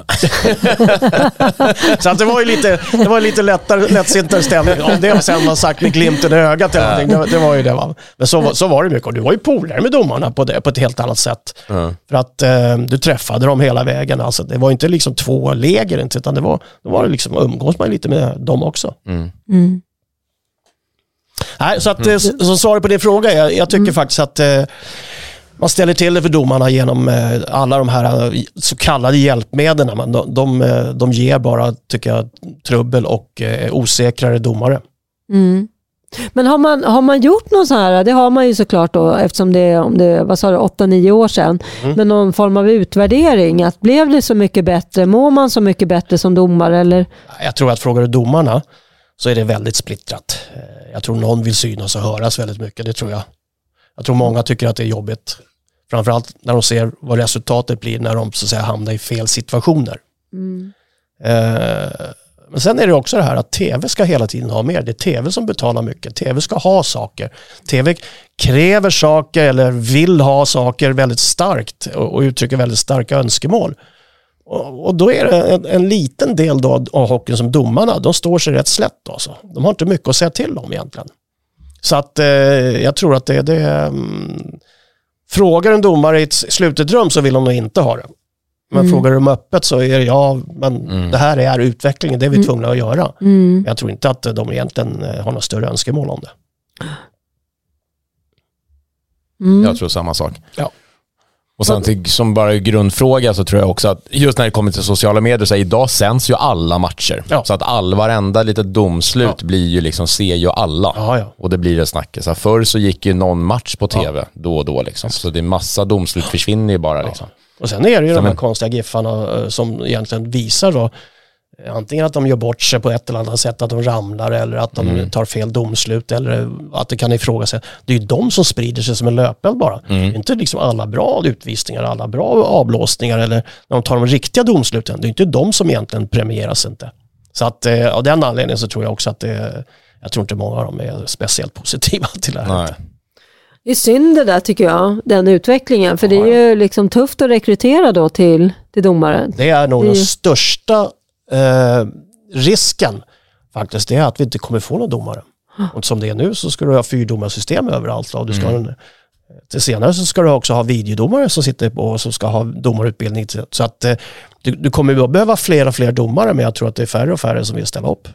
Så att det var lite lättsintare ställning. Om det sen var sagt med glimten i ögat eller någonting, det var ju det, va. Men så var det mycket. Och du var ju polare med domarna på ett helt annat sätt. För att du träffade dem hela vägen. Alltså, det var inte liksom 2 läger inte, utan det var liksom, umgås man lite med dem också. Nej, så att som svar på din fråga, jag tycker faktiskt att man ställer till det för domarna genom alla de här så kallade hjälpmedlen, men de ger bara, tycker jag, trubbel och osäkrare domare. Men har man gjort något så här, det har man ju såklart då, eftersom om det vad sa du, 8-9 år sedan, med någon form av utvärdering, att blev det så mycket bättre, mår man så mycket bättre som domare eller? Jag tror att frågar du domarna så är det väldigt splittrat. Jag tror någon vill synas och höras väldigt mycket, det tror jag. Jag tror många tycker att det är jobbigt. Framförallt när de ser vad resultatet blir när de så att säga hamnar i fel situationer. Men sen är det också det här att tv ska hela tiden ha mer. Det är tv som betalar mycket. Tv ska ha saker. Tv kräver saker eller vill ha saker väldigt starkt och uttrycker väldigt starka önskemål. Och då är det en liten del då av hockeyn som domarna, de står sig rätt slätt alltså. De har inte mycket att säga till om egentligen. Så att jag tror att det frågar en domare i ett slutet rum så vill de nog inte ha det. Men frågar de öppet så är det det här är utvecklingen, det är vi tvungna att göra. Jag tror inte att de egentligen har något större önskemål om det. Jag tror samma sak. Ja. Och sen som bara grundfråga så tror jag också att just när det kommer till sociala medier så idag sänds ju alla matcher. Ja. Så att varenda litet domslut blir ju liksom, ser ju alla. Ja. Och det blir det snacket. Så förr så gick ju någon match på tv då och då liksom. Så det är massa domslut försvinner ju bara liksom. Och sen är det ju de här konstiga giffarna som egentligen visar då Antingen att de gör bort sig på ett eller annat sätt, att de ramlar eller att de tar fel domslut eller att det kan ifrågasättas. Det är ju de som sprider sig som en löpeld bara. Det är inte liksom alla bra utvisningar, alla bra avblåsningar eller när de tar de riktiga domsluten. Det är inte de som egentligen premieras inte. Så att av den anledningen så tror jag också att jag tror inte många av dem är speciellt positiva till det här. Nej. Det är synd det där tycker jag, den utvecklingen. För det är ju liksom tufft att rekrytera då till domare. Det är nog den största risken faktiskt. Det är att vi inte kommer få några domare. Och som det är nu så ska du ha 4-domarsystem överallt. Och du ska till senare så ska du också ha videodomare som sitter på och som ska ha domarutbildning. Så att du kommer att behöva fler och fler domare, men jag tror att det är färre och färre som vill ställa upp.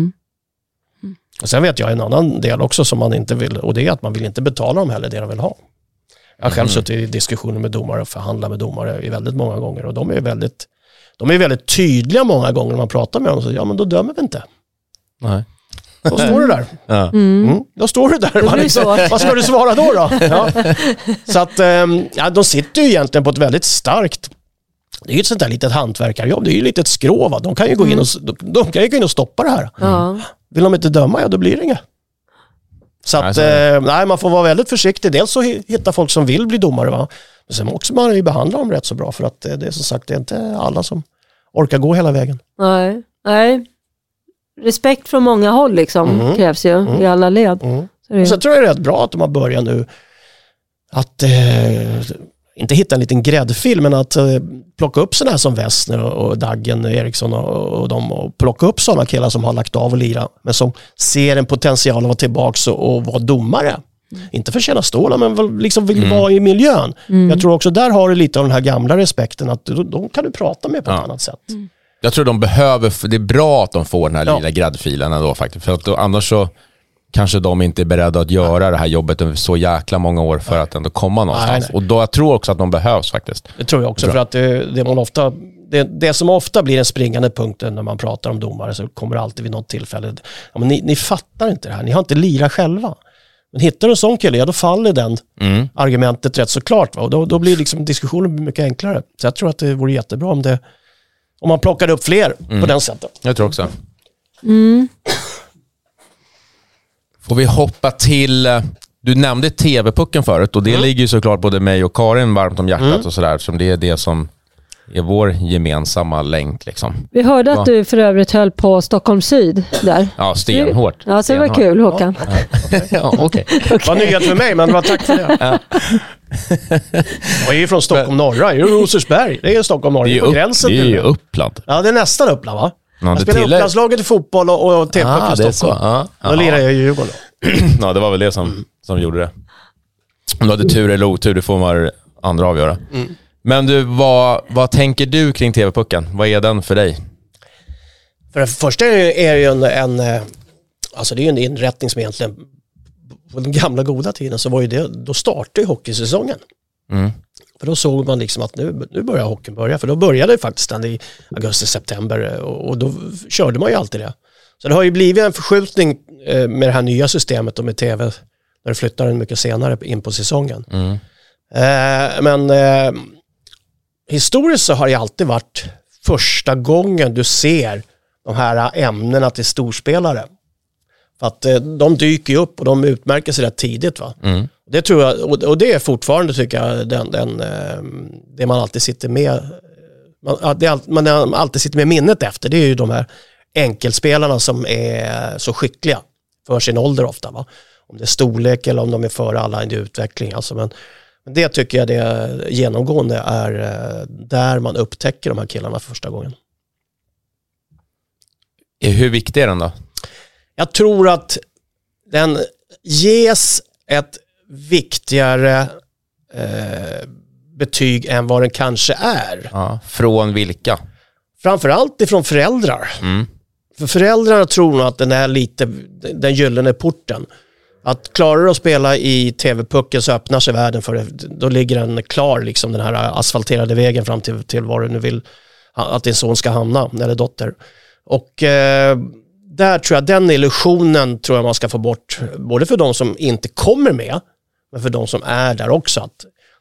Och sen vet jag en annan del också som man inte vill, och det är att man vill inte betala dem heller det de vill ha. Jag har själv suttit i diskussioner med domare och förhandlat med domare i väldigt många gånger, och de är väldigt tydliga många gånger när man pratar med dem. Så, ja, men då dömer vi inte. Nej. Då står du där. Ja. Då står du där. Vad ska du svara då? Ja. Så att de sitter ju egentligen på ett väldigt starkt, det är ju ett sånt där litet hantverkarjobb. Det är ju lite ett skrå, va? De kan ju gå in och stoppa det här. Vill de inte döma, då blir det inget. Så att, man får vara väldigt försiktig. Dels så hitta folk som vill bli domare, va? Men sen också man ju behandla dem rätt så bra, för att det är som sagt, det är inte alla som orkar gå hela vägen. Nej. Respekt från många håll liksom krävs ju i alla led. Så jag tror det är rätt bra att de har börjat nu att inte hitta en liten gräddfil, men att plocka upp sådana här som Wessner och Daggen Eriksson och plocka upp sådana killar som har lagt av och lira, men som ser en potential att vara tillbaka och vara domare. Inte för tjäna stålar, men liksom vill vara i miljön. Jag tror också där har du lite av den här gamla respekten, att de kan du prata med på ett annat sätt. Jag tror det är bra att de får den här lilla gräddfilen ändå faktiskt. För att annars så kanske de inte är beredda att göra det här jobbet över så jäkla många år för att ändå komma någonstans. Nej. Och då jag tror också att de behövs faktiskt. Det tror jag också, för att det som ofta blir en springande punkten när man pratar om domare, så kommer det alltid vid något tillfälle. Ja, men ni fattar inte det här, ni har inte lirat själva. Men hittar du en sån kille, då faller den argumentet rätt så klart. Va? Och då blir liksom diskussionen mycket enklare. Så jag tror att det vore jättebra om man plockade upp fler på den sättet. Jag tror också. Får vi hoppa till, du nämnde TV-pucken förut, och det ligger ju såklart både mig och Karin varmt om hjärtat och sådär, som det är det som är vår gemensamma länk liksom. Vi hörde att du för övrigt höll på Stockholm Syd där. Ja, stenhårt. Ja, så det var kul, Håkan. Ja, okej. Det var nyhet för mig, men det var tack för det. Jag är ju från Stockholm norra, det är ju Rosersberg. Det är ju Stockholm norra, det är på gränsen. Det är ju Uppland. Ja, det är nästan Uppland, va? Jag spelar Upplandslaget i fotboll och TV-puck i Stockholm. Då lirar jag i Djurgården. Ja, det var väl det som gjorde det. Om du hade tur eller otur, det får man andra avgöra. Men du, vad tänker du kring TV-pucken? Vad är den för dig? För det första är det ju alltså det är ju en inrättning som egentligen på den gamla goda tiden så var ju det, då startade ju hockeysäsongen. För då såg man liksom att nu börjar hockeyn börja. För då började det faktiskt den i augusti-september och då körde man ju alltid det. Så det har ju blivit en förskjutning med det här nya systemet och med TV när det flyttar den mycket senare in på säsongen. Men historiskt så har det alltid varit första gången du ser de här ämnena till storspelare. För att de dyker ju upp och de utmärker sig rätt tidigt, va? Det tror jag, och det är fortfarande tycker jag det man alltid sitter med man alltid sitter med minnet efter, det är ju de här enkelspelarna som är så skickliga för sin ålder ofta, va? Om det är storlek eller om de är före alla i utveckling alltså, men det tycker jag det genomgående är där man upptäcker de här killarna första gången. Hur viktig är den då? Jag tror att den ges ett viktigare betyg än vad den kanske är. Ja, från vilka? Framförallt ifrån föräldrar. För föräldrarna tror nog att den är lite den gyllene porten. Att klarar du att spela i TV-pucken så öppnar sig världen för det. Då ligger den klar, liksom den här asfalterade vägen fram till var du nu vill att din son ska hamna, eller dotter. Och där tror jag den illusionen tror jag man ska få bort, både för de som inte kommer med, men för de som är där också. Att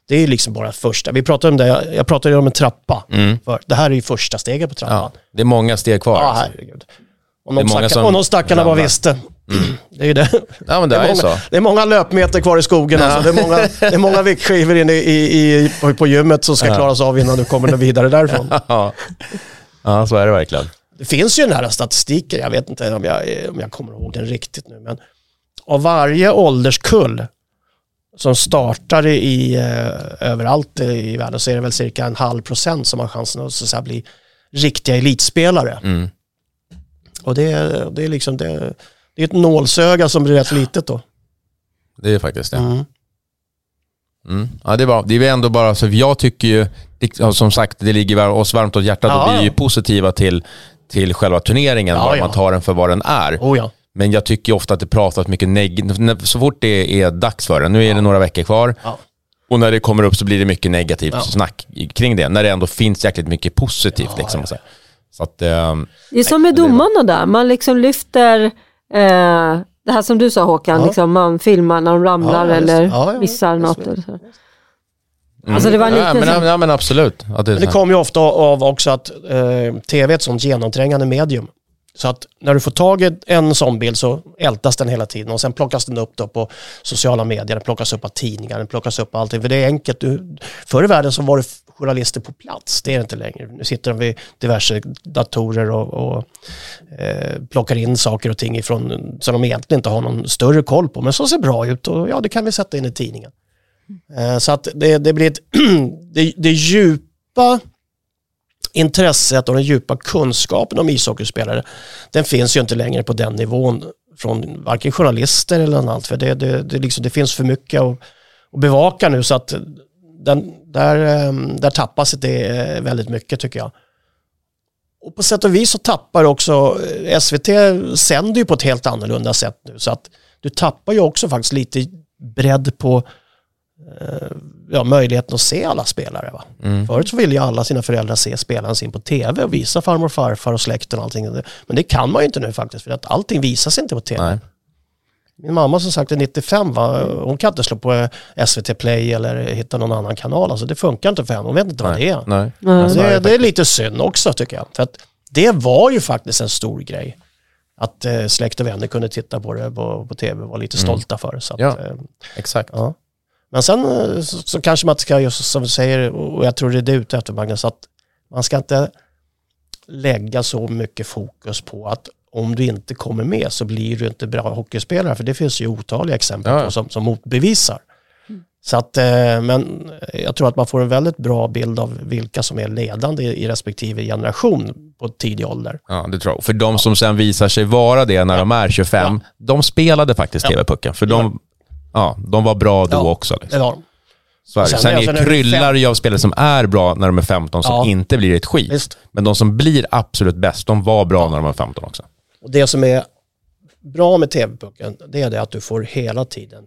Det är liksom bara första. Vi pratade om det, jag pratade om en trappa. För det här är ju första steget på trappan. Ja, det är många steg kvar. Ja, herregud. Och någon stackarna bara visste. Det är ju det. Ja, men det är så. Det är många löpmeter kvar i skogen. Alltså. Det är många viktskivor inne på gymmet som ska klaras av innan du kommer vidare därifrån. Ja, så är det verkligen. Det finns ju den här statistiken, jag vet inte om jag kommer ihåg den riktigt nu, men av varje ålderskull som startar överallt i världen så är det väl cirka 0,5% som har chansen att så bli riktiga elitspelare. Och det är liksom det är ett nålsöga som blir rätt litet då. Det är faktiskt det. Ja, det är bra. Det är ändå bara så jag tycker ju, som sagt, det ligger oss varmt åt hjärtat och vi är ju positiva till själva turneringen, man tar den för vad den är. Men jag tycker ofta att det pratas mycket så fort det är dags för den. Nu är det några veckor kvar. Och när det kommer upp så blir det mycket negativt snack kring det. När det ändå finns jäkligt mycket positivt. Liksom. Så att, det är som med domarna där. Man liksom lyfter det här som du sa, Håkan. Liksom, man filmar när de ramlar eller missar något. Eller så. Alltså det var lite men absolut. Det kommer ju ofta av också att tv är ett sånt genomträngande medium. Så att när du får tag i en sån bild så ältas den hela tiden och sen plockas den upp då på sociala medier, den plockas upp av tidningar, den plockas upp av allting. För det är enkelt. Förr i världen så var det journalister på plats, det är det inte längre. Nu sitter de vid diverse datorer och plockar in saker och ting ifrån som de egentligen inte har någon större koll på, men så ser bra ut och det kan vi sätta in i tidningen. Så att det blir det djupa intresset och den djupa kunskapen om ishockeyspelare, den finns ju inte längre på den nivån från varken journalister eller något annat, för det finns för mycket att bevaka nu, så att där tappas det väldigt mycket, tycker jag. Och på sätt och vis så tappar också SVT sänder ju på ett helt annorlunda sätt nu, så att du tappar ju också faktiskt lite bredd på möjligheten att se alla spelare. Va? Förut så ville ju alla sina föräldrar se spelaren sin på tv och visa farmor och farfar och släkten och allting. Men det kan man ju inte nu faktiskt, för att allting visas inte på tv. Nej. Min mamma som sagt är 95, hon kan inte slå på SVT Play eller hitta någon annan kanal. Alltså det funkar inte för henne, hon vet inte vad det är. Nej. Alltså det är lite synd också, tycker jag. För att det var ju faktiskt en stor grej. Att släkt och vänner kunde titta på det på tv och var lite stolta för det. Så att, exakt. Ja. Men sen så kanske man ska, just som du säger, och jag tror det är ute efter, Magnus, att man ska inte lägga så mycket fokus på att om du inte kommer med så blir du inte bra hockeyspelare, för det finns ju otaliga exempel på som motbevisar. Så att, men jag tror att man får en väldigt bra bild av vilka som är ledande i respektive generation på tidig ålder. Ja, det tror jag. För de som sen visar sig vara det när de är 25, de spelade faktiskt TV-pucken. För de var bra då också. Liksom. Det var de. Sen kryllar ju av spelare som är bra när de är 15 som inte blir ett skit. Visst. Men de som blir absolut bäst, de var bra när de är 15 också. Och det som är bra med TV-pucken, det är det att du får hela tiden.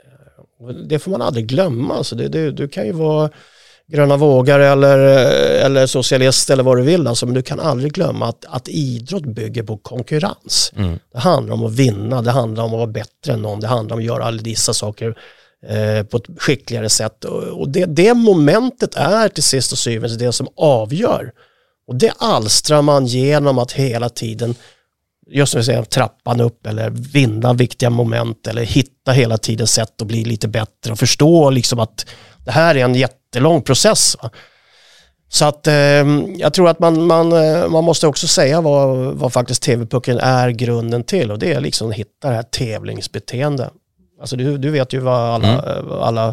Det får man aldrig glömma. Alltså du kan ju vara gröna vågare eller socialist eller vad du vill. Alltså, men du kan aldrig glömma att idrott bygger på konkurrens. Det handlar om att vinna, det handlar om att vara bättre än någon, det handlar om att göra alla dessa saker på ett skickligare sätt. Och det momentet är till sist och syvende det som avgör. Och det alstrar man genom att hela tiden, just som vi säger, trappan upp eller vinna viktiga moment eller hitta hela tiden sätt att bli lite bättre och förstå liksom att det här är en jättelång process. Va? Så att jag tror att man måste också säga vad faktiskt TV-pucken är grunden till, och det är liksom att hitta det här tävlingsbeteende. Alltså du vet ju vad alla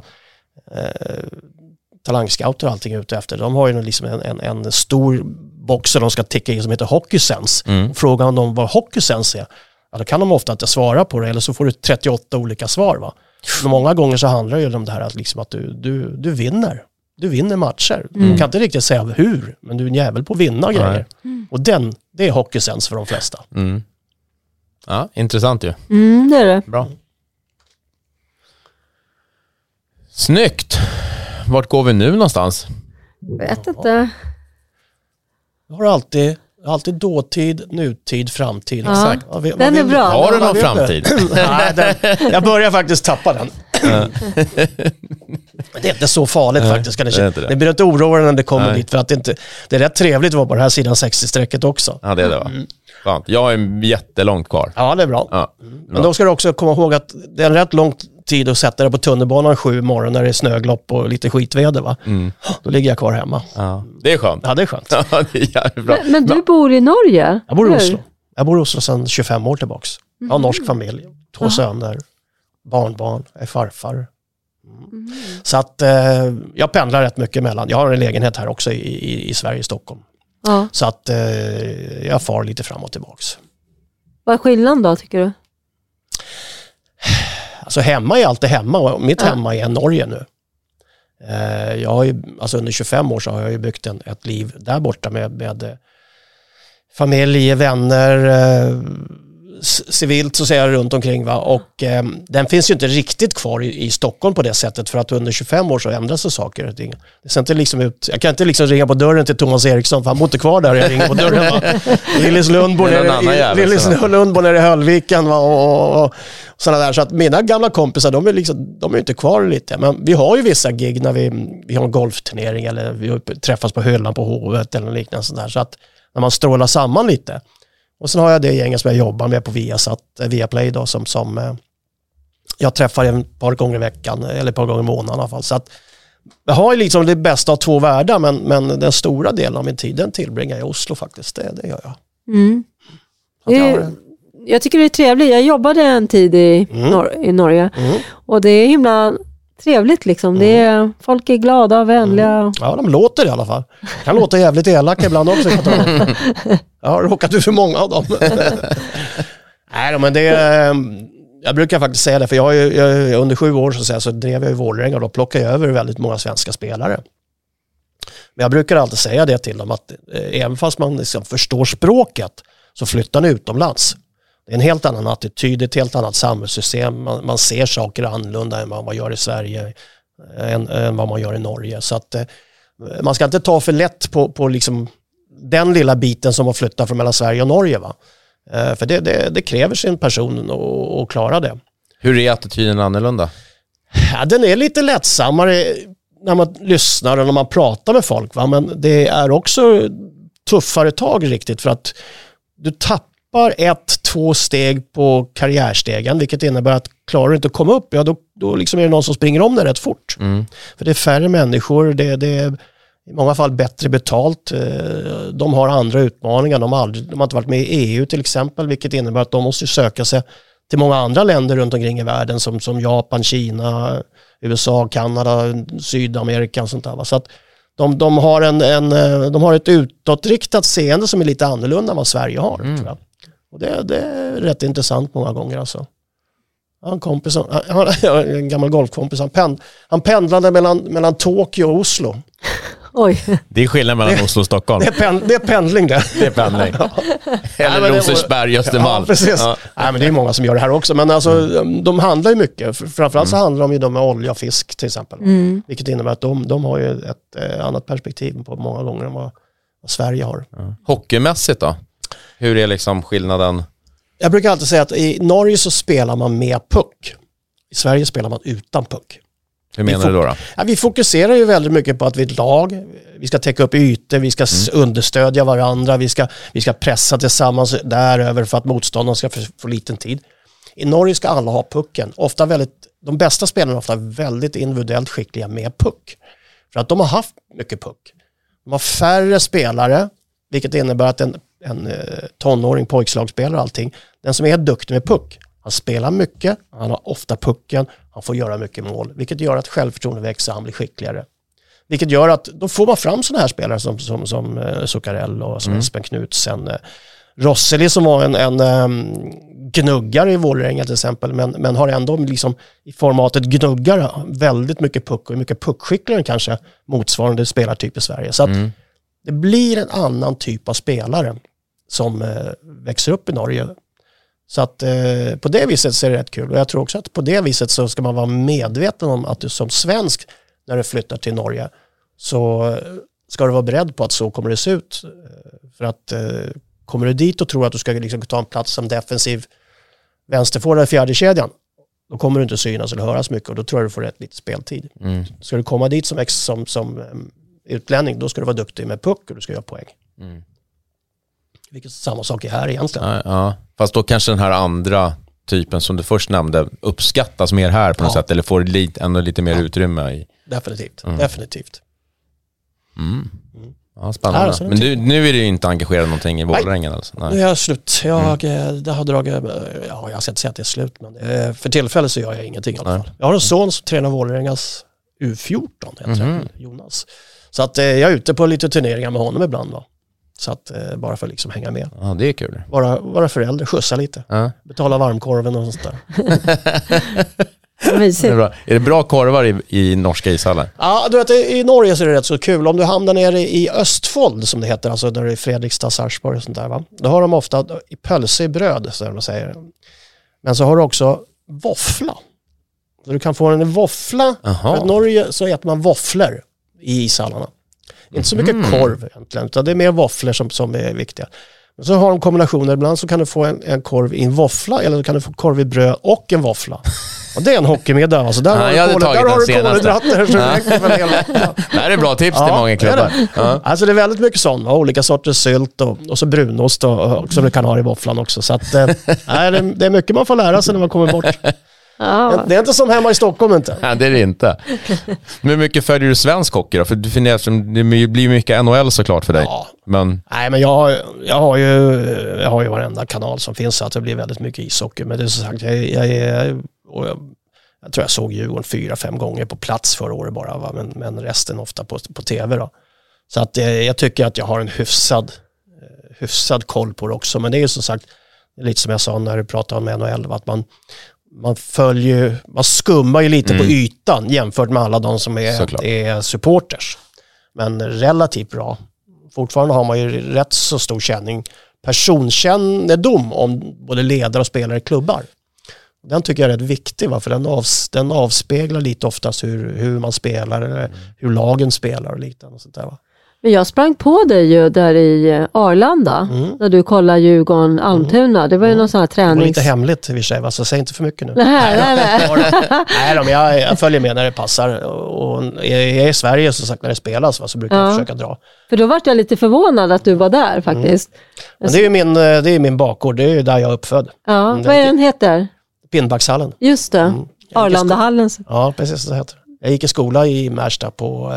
talangscouter och allting är ute efter. De har ju liksom en stor box som de ska ticka in som heter HockeySense. Frågan om de vad HockeySense är, då kan de ofta inte svara på det, eller så får du 38 olika svar. Va? Men många gånger så handlar det ju om det här att, liksom att du vinner. Du vinner matcher. Du kan inte riktigt säga hur, men du är en jävel på att vinna grejer. Och det är HockeySense för de flesta. Ja, intressant ju. Det är det. Bra. Snyggt. Vart går vi nu någonstans? Vet inte. Jag har alltid dåtid, nutid, framtid. Ja, den är bra. Har du någon framtid? Nej, jag börjar faktiskt tappa den. Det är inte så farligt faktiskt. Det blir inte oroande när det kommer dit, för att det är rätt trevligt att vara på den här sidan 60-strecket också. Ja, det är det, va? Fan. Jag är jättelångt kvar. Ja, det är bra. Ja. Men då ska du också komma ihåg att det är en rätt lång tid att sätta dig på tunnelbanan 7 morgon när det är snöglopp och lite skitväder, va? Då ligger jag kvar hemma. Ja. Det är skönt. Ja, det är skönt. Ja, det är jävligt bra. Men du bor i Norge? Jag bor i Oslo. Jag bor i Oslo sedan 25 år tillbaks. Jag har norsk familj, 2 söner, barnbarn, jag är farfar. Så att jag pendlar rätt mycket mellan. Jag har en lägenhet här också i Sverige, i Stockholm. Ja. Så att jag far lite fram och tillbaks. Vad är skillnaden då, tycker du? Alltså hemma är alltid hemma, och mitt hemma är Norge nu. Jag har ju, alltså under 25 år så har jag ju byggt ett liv där borta med familj, vänner, civilt så säger jag runt omkring, va? Och den finns ju inte riktigt kvar i Stockholm på det sättet, för att under 25 år så ändras det saker och ting. Det ser inte liksom ut, jag kan inte liksom ringa på dörren till Thomas Eriksson, för han bor inte kvar där, jag ringer på dörren, va? Lillis Lundborn är i Höllviken, va? Och sådana där, så att mina gamla kompisar, de är inte kvar lite, men vi har ju vissa gig när vi har en golfturnering eller vi träffas på hyllan på Hovet eller liknande sånt där, så att när man strålar samman lite. Och sen har jag det gänget som jag jobbar med på Viaplay då, som jag träffar ett par gånger i veckan eller ett par gånger i månaden i alla fall. Så att jag har liksom det bästa av 2 världar, men den stora delen av min tid den tillbringar jag i Oslo faktiskt. Det gör jag. Jag tycker det är trevligt. Jag jobbade en tid i Norge och det är himla trevligt liksom. Det är, folk är glada och vänliga. Ja, de låter i alla fall. Kan låta jävligt elaka ibland också. Jag har råkat ut för många av dem. Nej, men jag brukar faktiskt säga det, för jag under 7 år så drev jag i Vålerenga och då plockade jag över väldigt många svenska spelare. Men jag brukar alltid säga det till dem, att även fast man liksom förstår språket så flyttar ni utomlands. Det är en helt annan attityd, ett helt annat samhällssystem. Man ser saker annorlunda än vad man gör i Sverige än vad man gör i Norge. Så att man ska inte ta för lätt på liksom den lilla biten som har flyttat från mellan Sverige och Norge, va? För det kräver sin person att klara det. Hur är attityden annorlunda? Ja, den är lite lättsammare när man lyssnar och när man pratar med folk, va? Men det är också tuffare tag riktigt, för att du tappar 1-2 steg på karriärstegen, vilket innebär att klarar du inte att komma upp, ja då liksom är det någon som springer om det rätt fort. För det är färre människor, det är i många fall bättre betalt, de har andra utmaningar, de har inte varit med i EU till exempel, vilket innebär att de måste söka sig till många andra länder runt omkring i världen som Japan, Kina, USA, Kanada, Sydamerika och sånt där. Så att de har ett utåtriktat seende som är lite annorlunda än vad Sverige har, tror jag. Och det är rätt intressant många gånger alltså. En gammal golfkompis, han pendlade mellan Tokyo och Oslo. Oj. Det är skillnad mellan Oslo och Stockholm. Det är pendling det. Det är pendling. Eller Rosersberg, Östermalm. Ja, precis. Ja. Nej, men det är många som gör det här också. Men alltså, de handlar ju mycket. Framförallt så handlar de ju med olja och fisk till exempel. Vilket innebär att de har ju ett annat perspektiv på många gånger än vad Sverige har. Hockeymässigt då? Hur är liksom skillnaden? Jag brukar alltid säga att i Norge så spelar man med puck. I Sverige spelar man utan puck. Hur menar du då? Ja, vi fokuserar ju väldigt mycket på att vi är ett lag. Vi ska täcka upp ytor, vi ska understödja varandra, vi ska pressa tillsammans däröver för att motståndaren ska få liten tid. I Norge ska alla ha pucken. De bästa spelarna är ofta väldigt individuellt skickliga med puck. För att de har haft mycket puck. De har färre spelare, vilket innebär att en tonåring, pojkslagsspelare och allting, den som är duktig med puck, han spelar mycket, han har ofta pucken, han får göra mycket mål, vilket gör att självförtroende växer, han blir skickligare. Vilket gör att då får man fram sådana här spelare som Zuccarello och som Espen Knutsen, Rosseli som var en gnuggare i Vålerenga till exempel, men har ändå liksom i formatet gnuggare väldigt mycket puck och mycket puckskickligare än kanske motsvarande spelartyp i Sverige. Så att det blir en annan typ av spelare som växer upp i Norge. Så att på det viset så är det rätt kul. Och jag tror också att på det viset så ska man vara medveten om att du som svensk, när du flyttar till Norge, så ska du vara beredd på att så kommer det se ut. För att kommer du dit och tror att du ska liksom ta en plats som defensiv vänsterforward i fjärde kedjan, då kommer du inte synas eller höras mycket och då tror jag du får rätt lite speltid. Ska du komma dit som utlänning, då ska du vara duktig med puck och du ska göra poäng. Vilket samma sak är här egentligen. Ja. Fast då kanske den här andra typen som du först nämnde uppskattas mer här på något sätt, eller får ännu lite mer utrymme i. Definitivt. Ja, spännande. Men nu är du inte engagerad någonting i Vålerengen alltså? Nej. Nu är jag slut. Jag ska inte säga att det är slut, men för tillfället så gör jag ingenting i alla fall. Jag har en son som tränar Vålerengas U14, Jonas. Så att jag är ute på lite turneringar med honom ibland va. Så att bara för liksom hänga med. Ja, det är kul. Vara förälder, skjutsa lite. Betala varmkorven och sånt där. Det är bra. Är det bra korvar i norska ishallar? Ja, du vet, i Norge så är det rätt så kul. Om du hamnar nere i Östfold som det heter, alltså där det är Fredrikstad, Sarpsborg och sånt där va. Då har de ofta i pölse i bröd, så de säger. Men så har du också våffla. Så du kan få en våffla. För i Norge så äter man våfflor i ishallarna. Inte så mycket korv egentligen, utan det är mer våfflor som är viktiga. Men så har de kombinationer, ibland så kan du få en korv i en våffla eller så kan du få korv i bröd och en våffla. Och det är en hockeymiddag. Alltså där har du kolhydrater. Det här är bra tips till många klubbar. Alltså det är väldigt mycket sånt. Olika sorters sylt och så brunost och som du kan ha i våfflan också. Så att, det är mycket man får lära sig när man kommer bort. Det är inte som hemma i Stockholm inte. Nej, det är det inte. Men hur mycket följer du svensk hockey då? För du funderar som det blir mycket NHL såklart för dig. Ja. Nej, men jag har ju varenda kanal som finns så att det blir väldigt mycket ishockey. Men det är så sagt, jag tror jag såg Djurgården 4-5 gånger på plats förra året bara, va? Men resten ofta på tv då. Så att jag tycker att jag har en hyfsad koll på det också. Men det är ju som sagt, lite som jag sa när du pratade om NHL, att man skummar ju lite på ytan jämfört med alla de som är supporters. Men relativt bra. Fortfarande har man ju rätt så stor personkännedom om både ledare och spelare i klubbar. Den tycker jag är rätt viktig, va? För den avspeglar lite oftast hur man spelar eller hur lagen spelar och liknande och sånt där, va? Men jag sprang på dig ju där i Arlanda när du kollade Djurgården Almtuna. Det var ju någon sån här tränings... Det var lite hemligt i och för sig, så säg inte för mycket nu. Nej, men jag följer med när det passar. Och jag är i Sverige som sagt när det spelas, så brukar jag försöka dra. För då var jag lite förvånad att du var där faktiskt. Men det är min bakgård, det är ju där jag är uppfödd. Ja, vad är den heter? Pinnbackshallen. Just det, Arlandahallen. Ja, precis så heter det. Jag gick i skola i Märsta på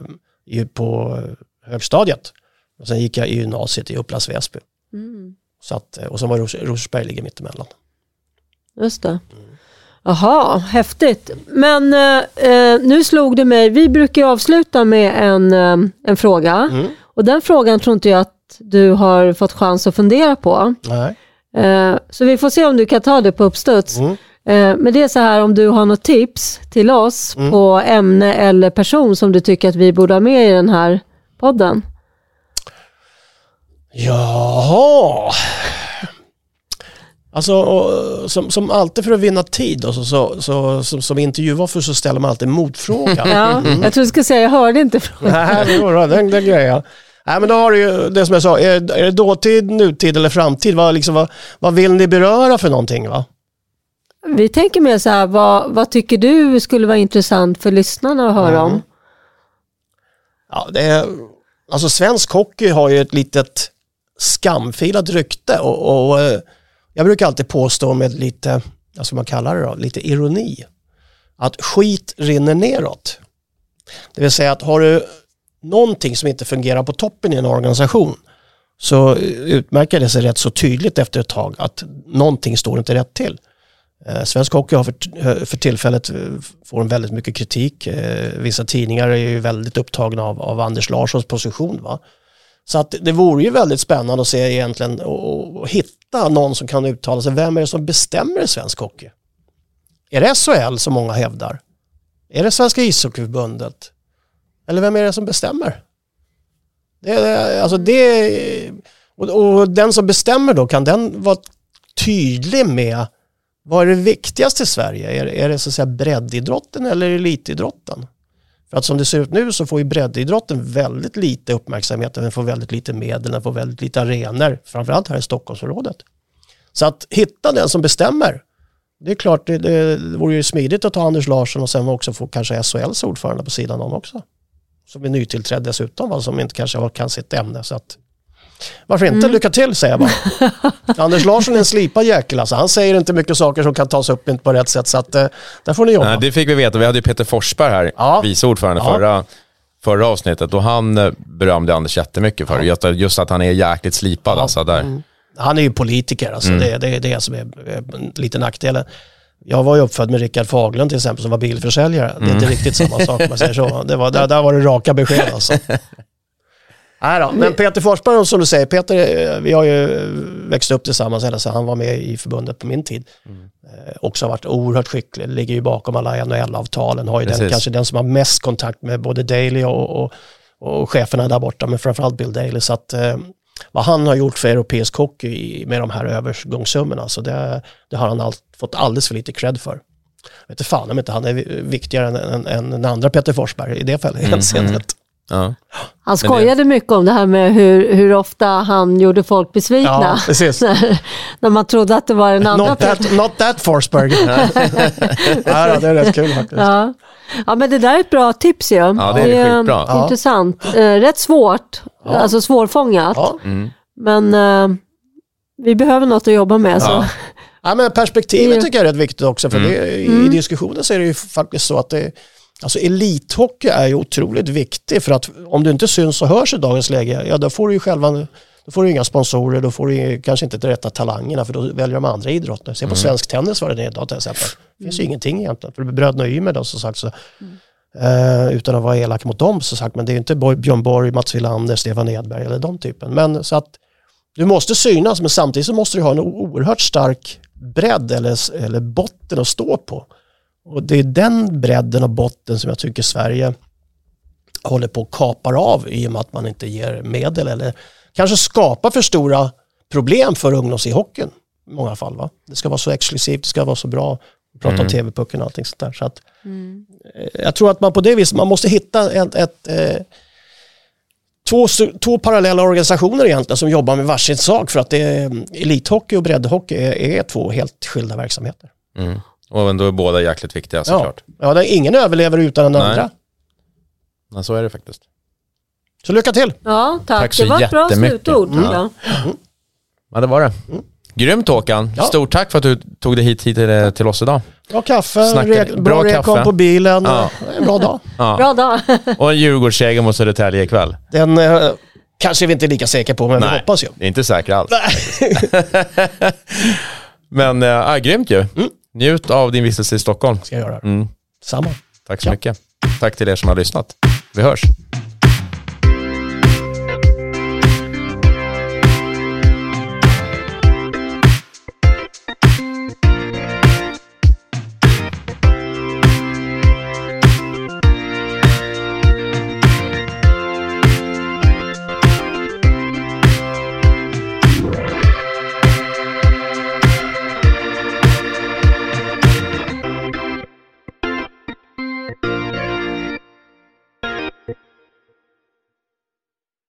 högstadiet. Och sen gick jag i gymnasiet i Upplands Väsby. Så att, och så var Rosersberg ligger mitt emellan. Just det. Jaha, häftigt. Men nu slog det mig. Vi brukar avsluta med en fråga. Och den frågan tror inte jag att du har fått chans att fundera på. Nej. Så vi får se om du kan ta det på uppstuds. Men det är så här, om du har något tips till oss på ämne eller person som du tycker att vi borde ha med i den här podden. Jaha. Alltså, som alltid för att vinna tid så som intervjuoffer så ställer man alltid motfrågan. Ja, jag tror du ska säga, jag hörde inte frågan. Nej, det var bra, den grejen. Nej, men då har du ju det som jag sa, är det dåtid, nutid eller framtid? Vad vill ni beröra för någonting, va? Vi tänker mer så här, vad tycker du skulle vara intressant för lyssnarna att höra om? Ja, alltså svensk hockey har ju ett litet skamfilat rykte och jag brukar alltid påstå med lite, vad ska man kalla det då, lite ironi, att skit rinner neråt. Det vill säga att har du någonting som inte fungerar på toppen i en organisation så utmärker det sig rätt så tydligt efter ett tag att någonting står inte rätt till. Svensk hockey har för tillfället får en väldigt mycket kritik. Vissa tidningar är ju väldigt upptagna av Anders Larssons position, va? Så att det vore ju väldigt spännande att se egentligen och hitta någon som kan uttala sig. Vem är det som bestämmer i svensk hockey? Är det SHL som många hävdar? Är det Svenska ishockeyförbundet? Eller vem är det som bestämmer? Och den som bestämmer då, kan den vara tydlig med vad är det viktigaste i Sverige? Är det så att säga breddidrotten eller elitidrotten? För att som det ser ut nu så får ju breddidrotten väldigt lite uppmärksamhet. Den får väldigt lite medel, den får väldigt lite arenor. Framförallt här i Stockholmsområdet. Så att hitta den som bestämmer Det är klart, det vore ju smidigt att ta Anders Larsson och sen också få kanske SHLs ordförande på sidan om också. Som är nytillträdd dessutom, som inte kanske kan sitt ämne. Så att, varför inte? Lycka till, säger jag bara. Anders Larsson är en slipad jäkel. Alltså. Han säger inte mycket saker som kan tas upp på rätt sätt. Så att, där får ni jobba. Nej, det fick vi veta. Vi hade ju Peter Forsberg här, vice ordförande förra avsnittet. Och han berömde Anders jättemycket för just att han är jäkligt slipad. Alltså, där. Han är ju politiker. Alltså. Det är det som är en liten nackdel. Jag var ju uppfödd med Rickard Faglund till exempel som var bilförsäljare. Det är inte riktigt samma sak, man säger så. Där var det raka besked alltså. Nej då, men Peter Forsberg, som du säger, Peter, vi har ju växt upp tillsammans, så han var med i förbundet på min tid. Också har varit oerhört skicklig, ligger ju bakom alla NHL-avtalen, har ju kanske den som har mest kontakt med både Daly och cheferna där borta, men framförallt Bill Daly. Så att vad han har gjort för europeisk hockey med de här övergångssummorna, så det har han fått alldeles för lite cred för. Jag vet inte fan om inte han är viktigare än den andra Peter Forsberg i det fallet. Ja. Han skojade mycket om det här med hur ofta han gjorde folk besvikna. Ja, precis. när man trodde att det var en andra Not that Forsberg. Ja, det är rätt kul faktiskt. Ja, men det där är ett bra tips ju. Ja, det är skitbra. Intressant. Rätt svårt. Alltså svårfångat. Ja. Men vi behöver något att jobba med. Så. Ja, men perspektivet tycker jag är rätt viktigt också. För i diskussionen så är det ju faktiskt så att alltså elithockey är ju otroligt viktig, för att om du inte syns och hörs i dagens läge, då får du inga sponsorer, då får du kanske inte de rätta talangerna, för då väljer de andra idrotter. Se på svensk tennis var det idag till exempel. Det finns ju ingenting egentligen, för det blir Bröderna Ymer då, som sagt, så, utan att vara elak mot dem, så sagt, men det är inte Björn Borg, Mats Wilander, Stefan Edberg eller de typen. Men så att du måste synas, men samtidigt så måste du ha en oerhört stark bredd eller botten att stå på. Och det är den bredden och botten som jag tycker Sverige håller på att kapar av, i och med att man inte ger medel eller kanske skapar för stora problem för ungdomshockeyn i många fall. Va? Det ska vara så exklusivt, det ska vara så bra. Prata om TV-pucken och allting sånt där. Så att, jag tror att man på det viset, man måste hitta två parallella organisationer egentligen som jobbar med varsin sak, för att elithockey och breddhockey är två helt skilda verksamheter. Och ändå är båda jäkligt viktiga, såklart. Ja, ingen överlever utan den andra. Ja, så är det faktiskt. Så lycka till! Ja, tack. Så det var ett bra slutord. Ja, det var det. Grymt, Håkan. Stort tack för att du tog dig hit till oss idag. Bra kaffe, bra rekon på bilen. Bra dag. Bra dag. Och en Djurgårdsseger mot Södertälje ikväll. Den kanske vi inte är lika säkra på, men vi hoppas ju. Det är inte säkert alls. Men grymt ju. Njut av din vistelse i Stockholm. Ska jag göra det. Samma. Tack så mycket. Tack till er som har lyssnat. Vi hörs.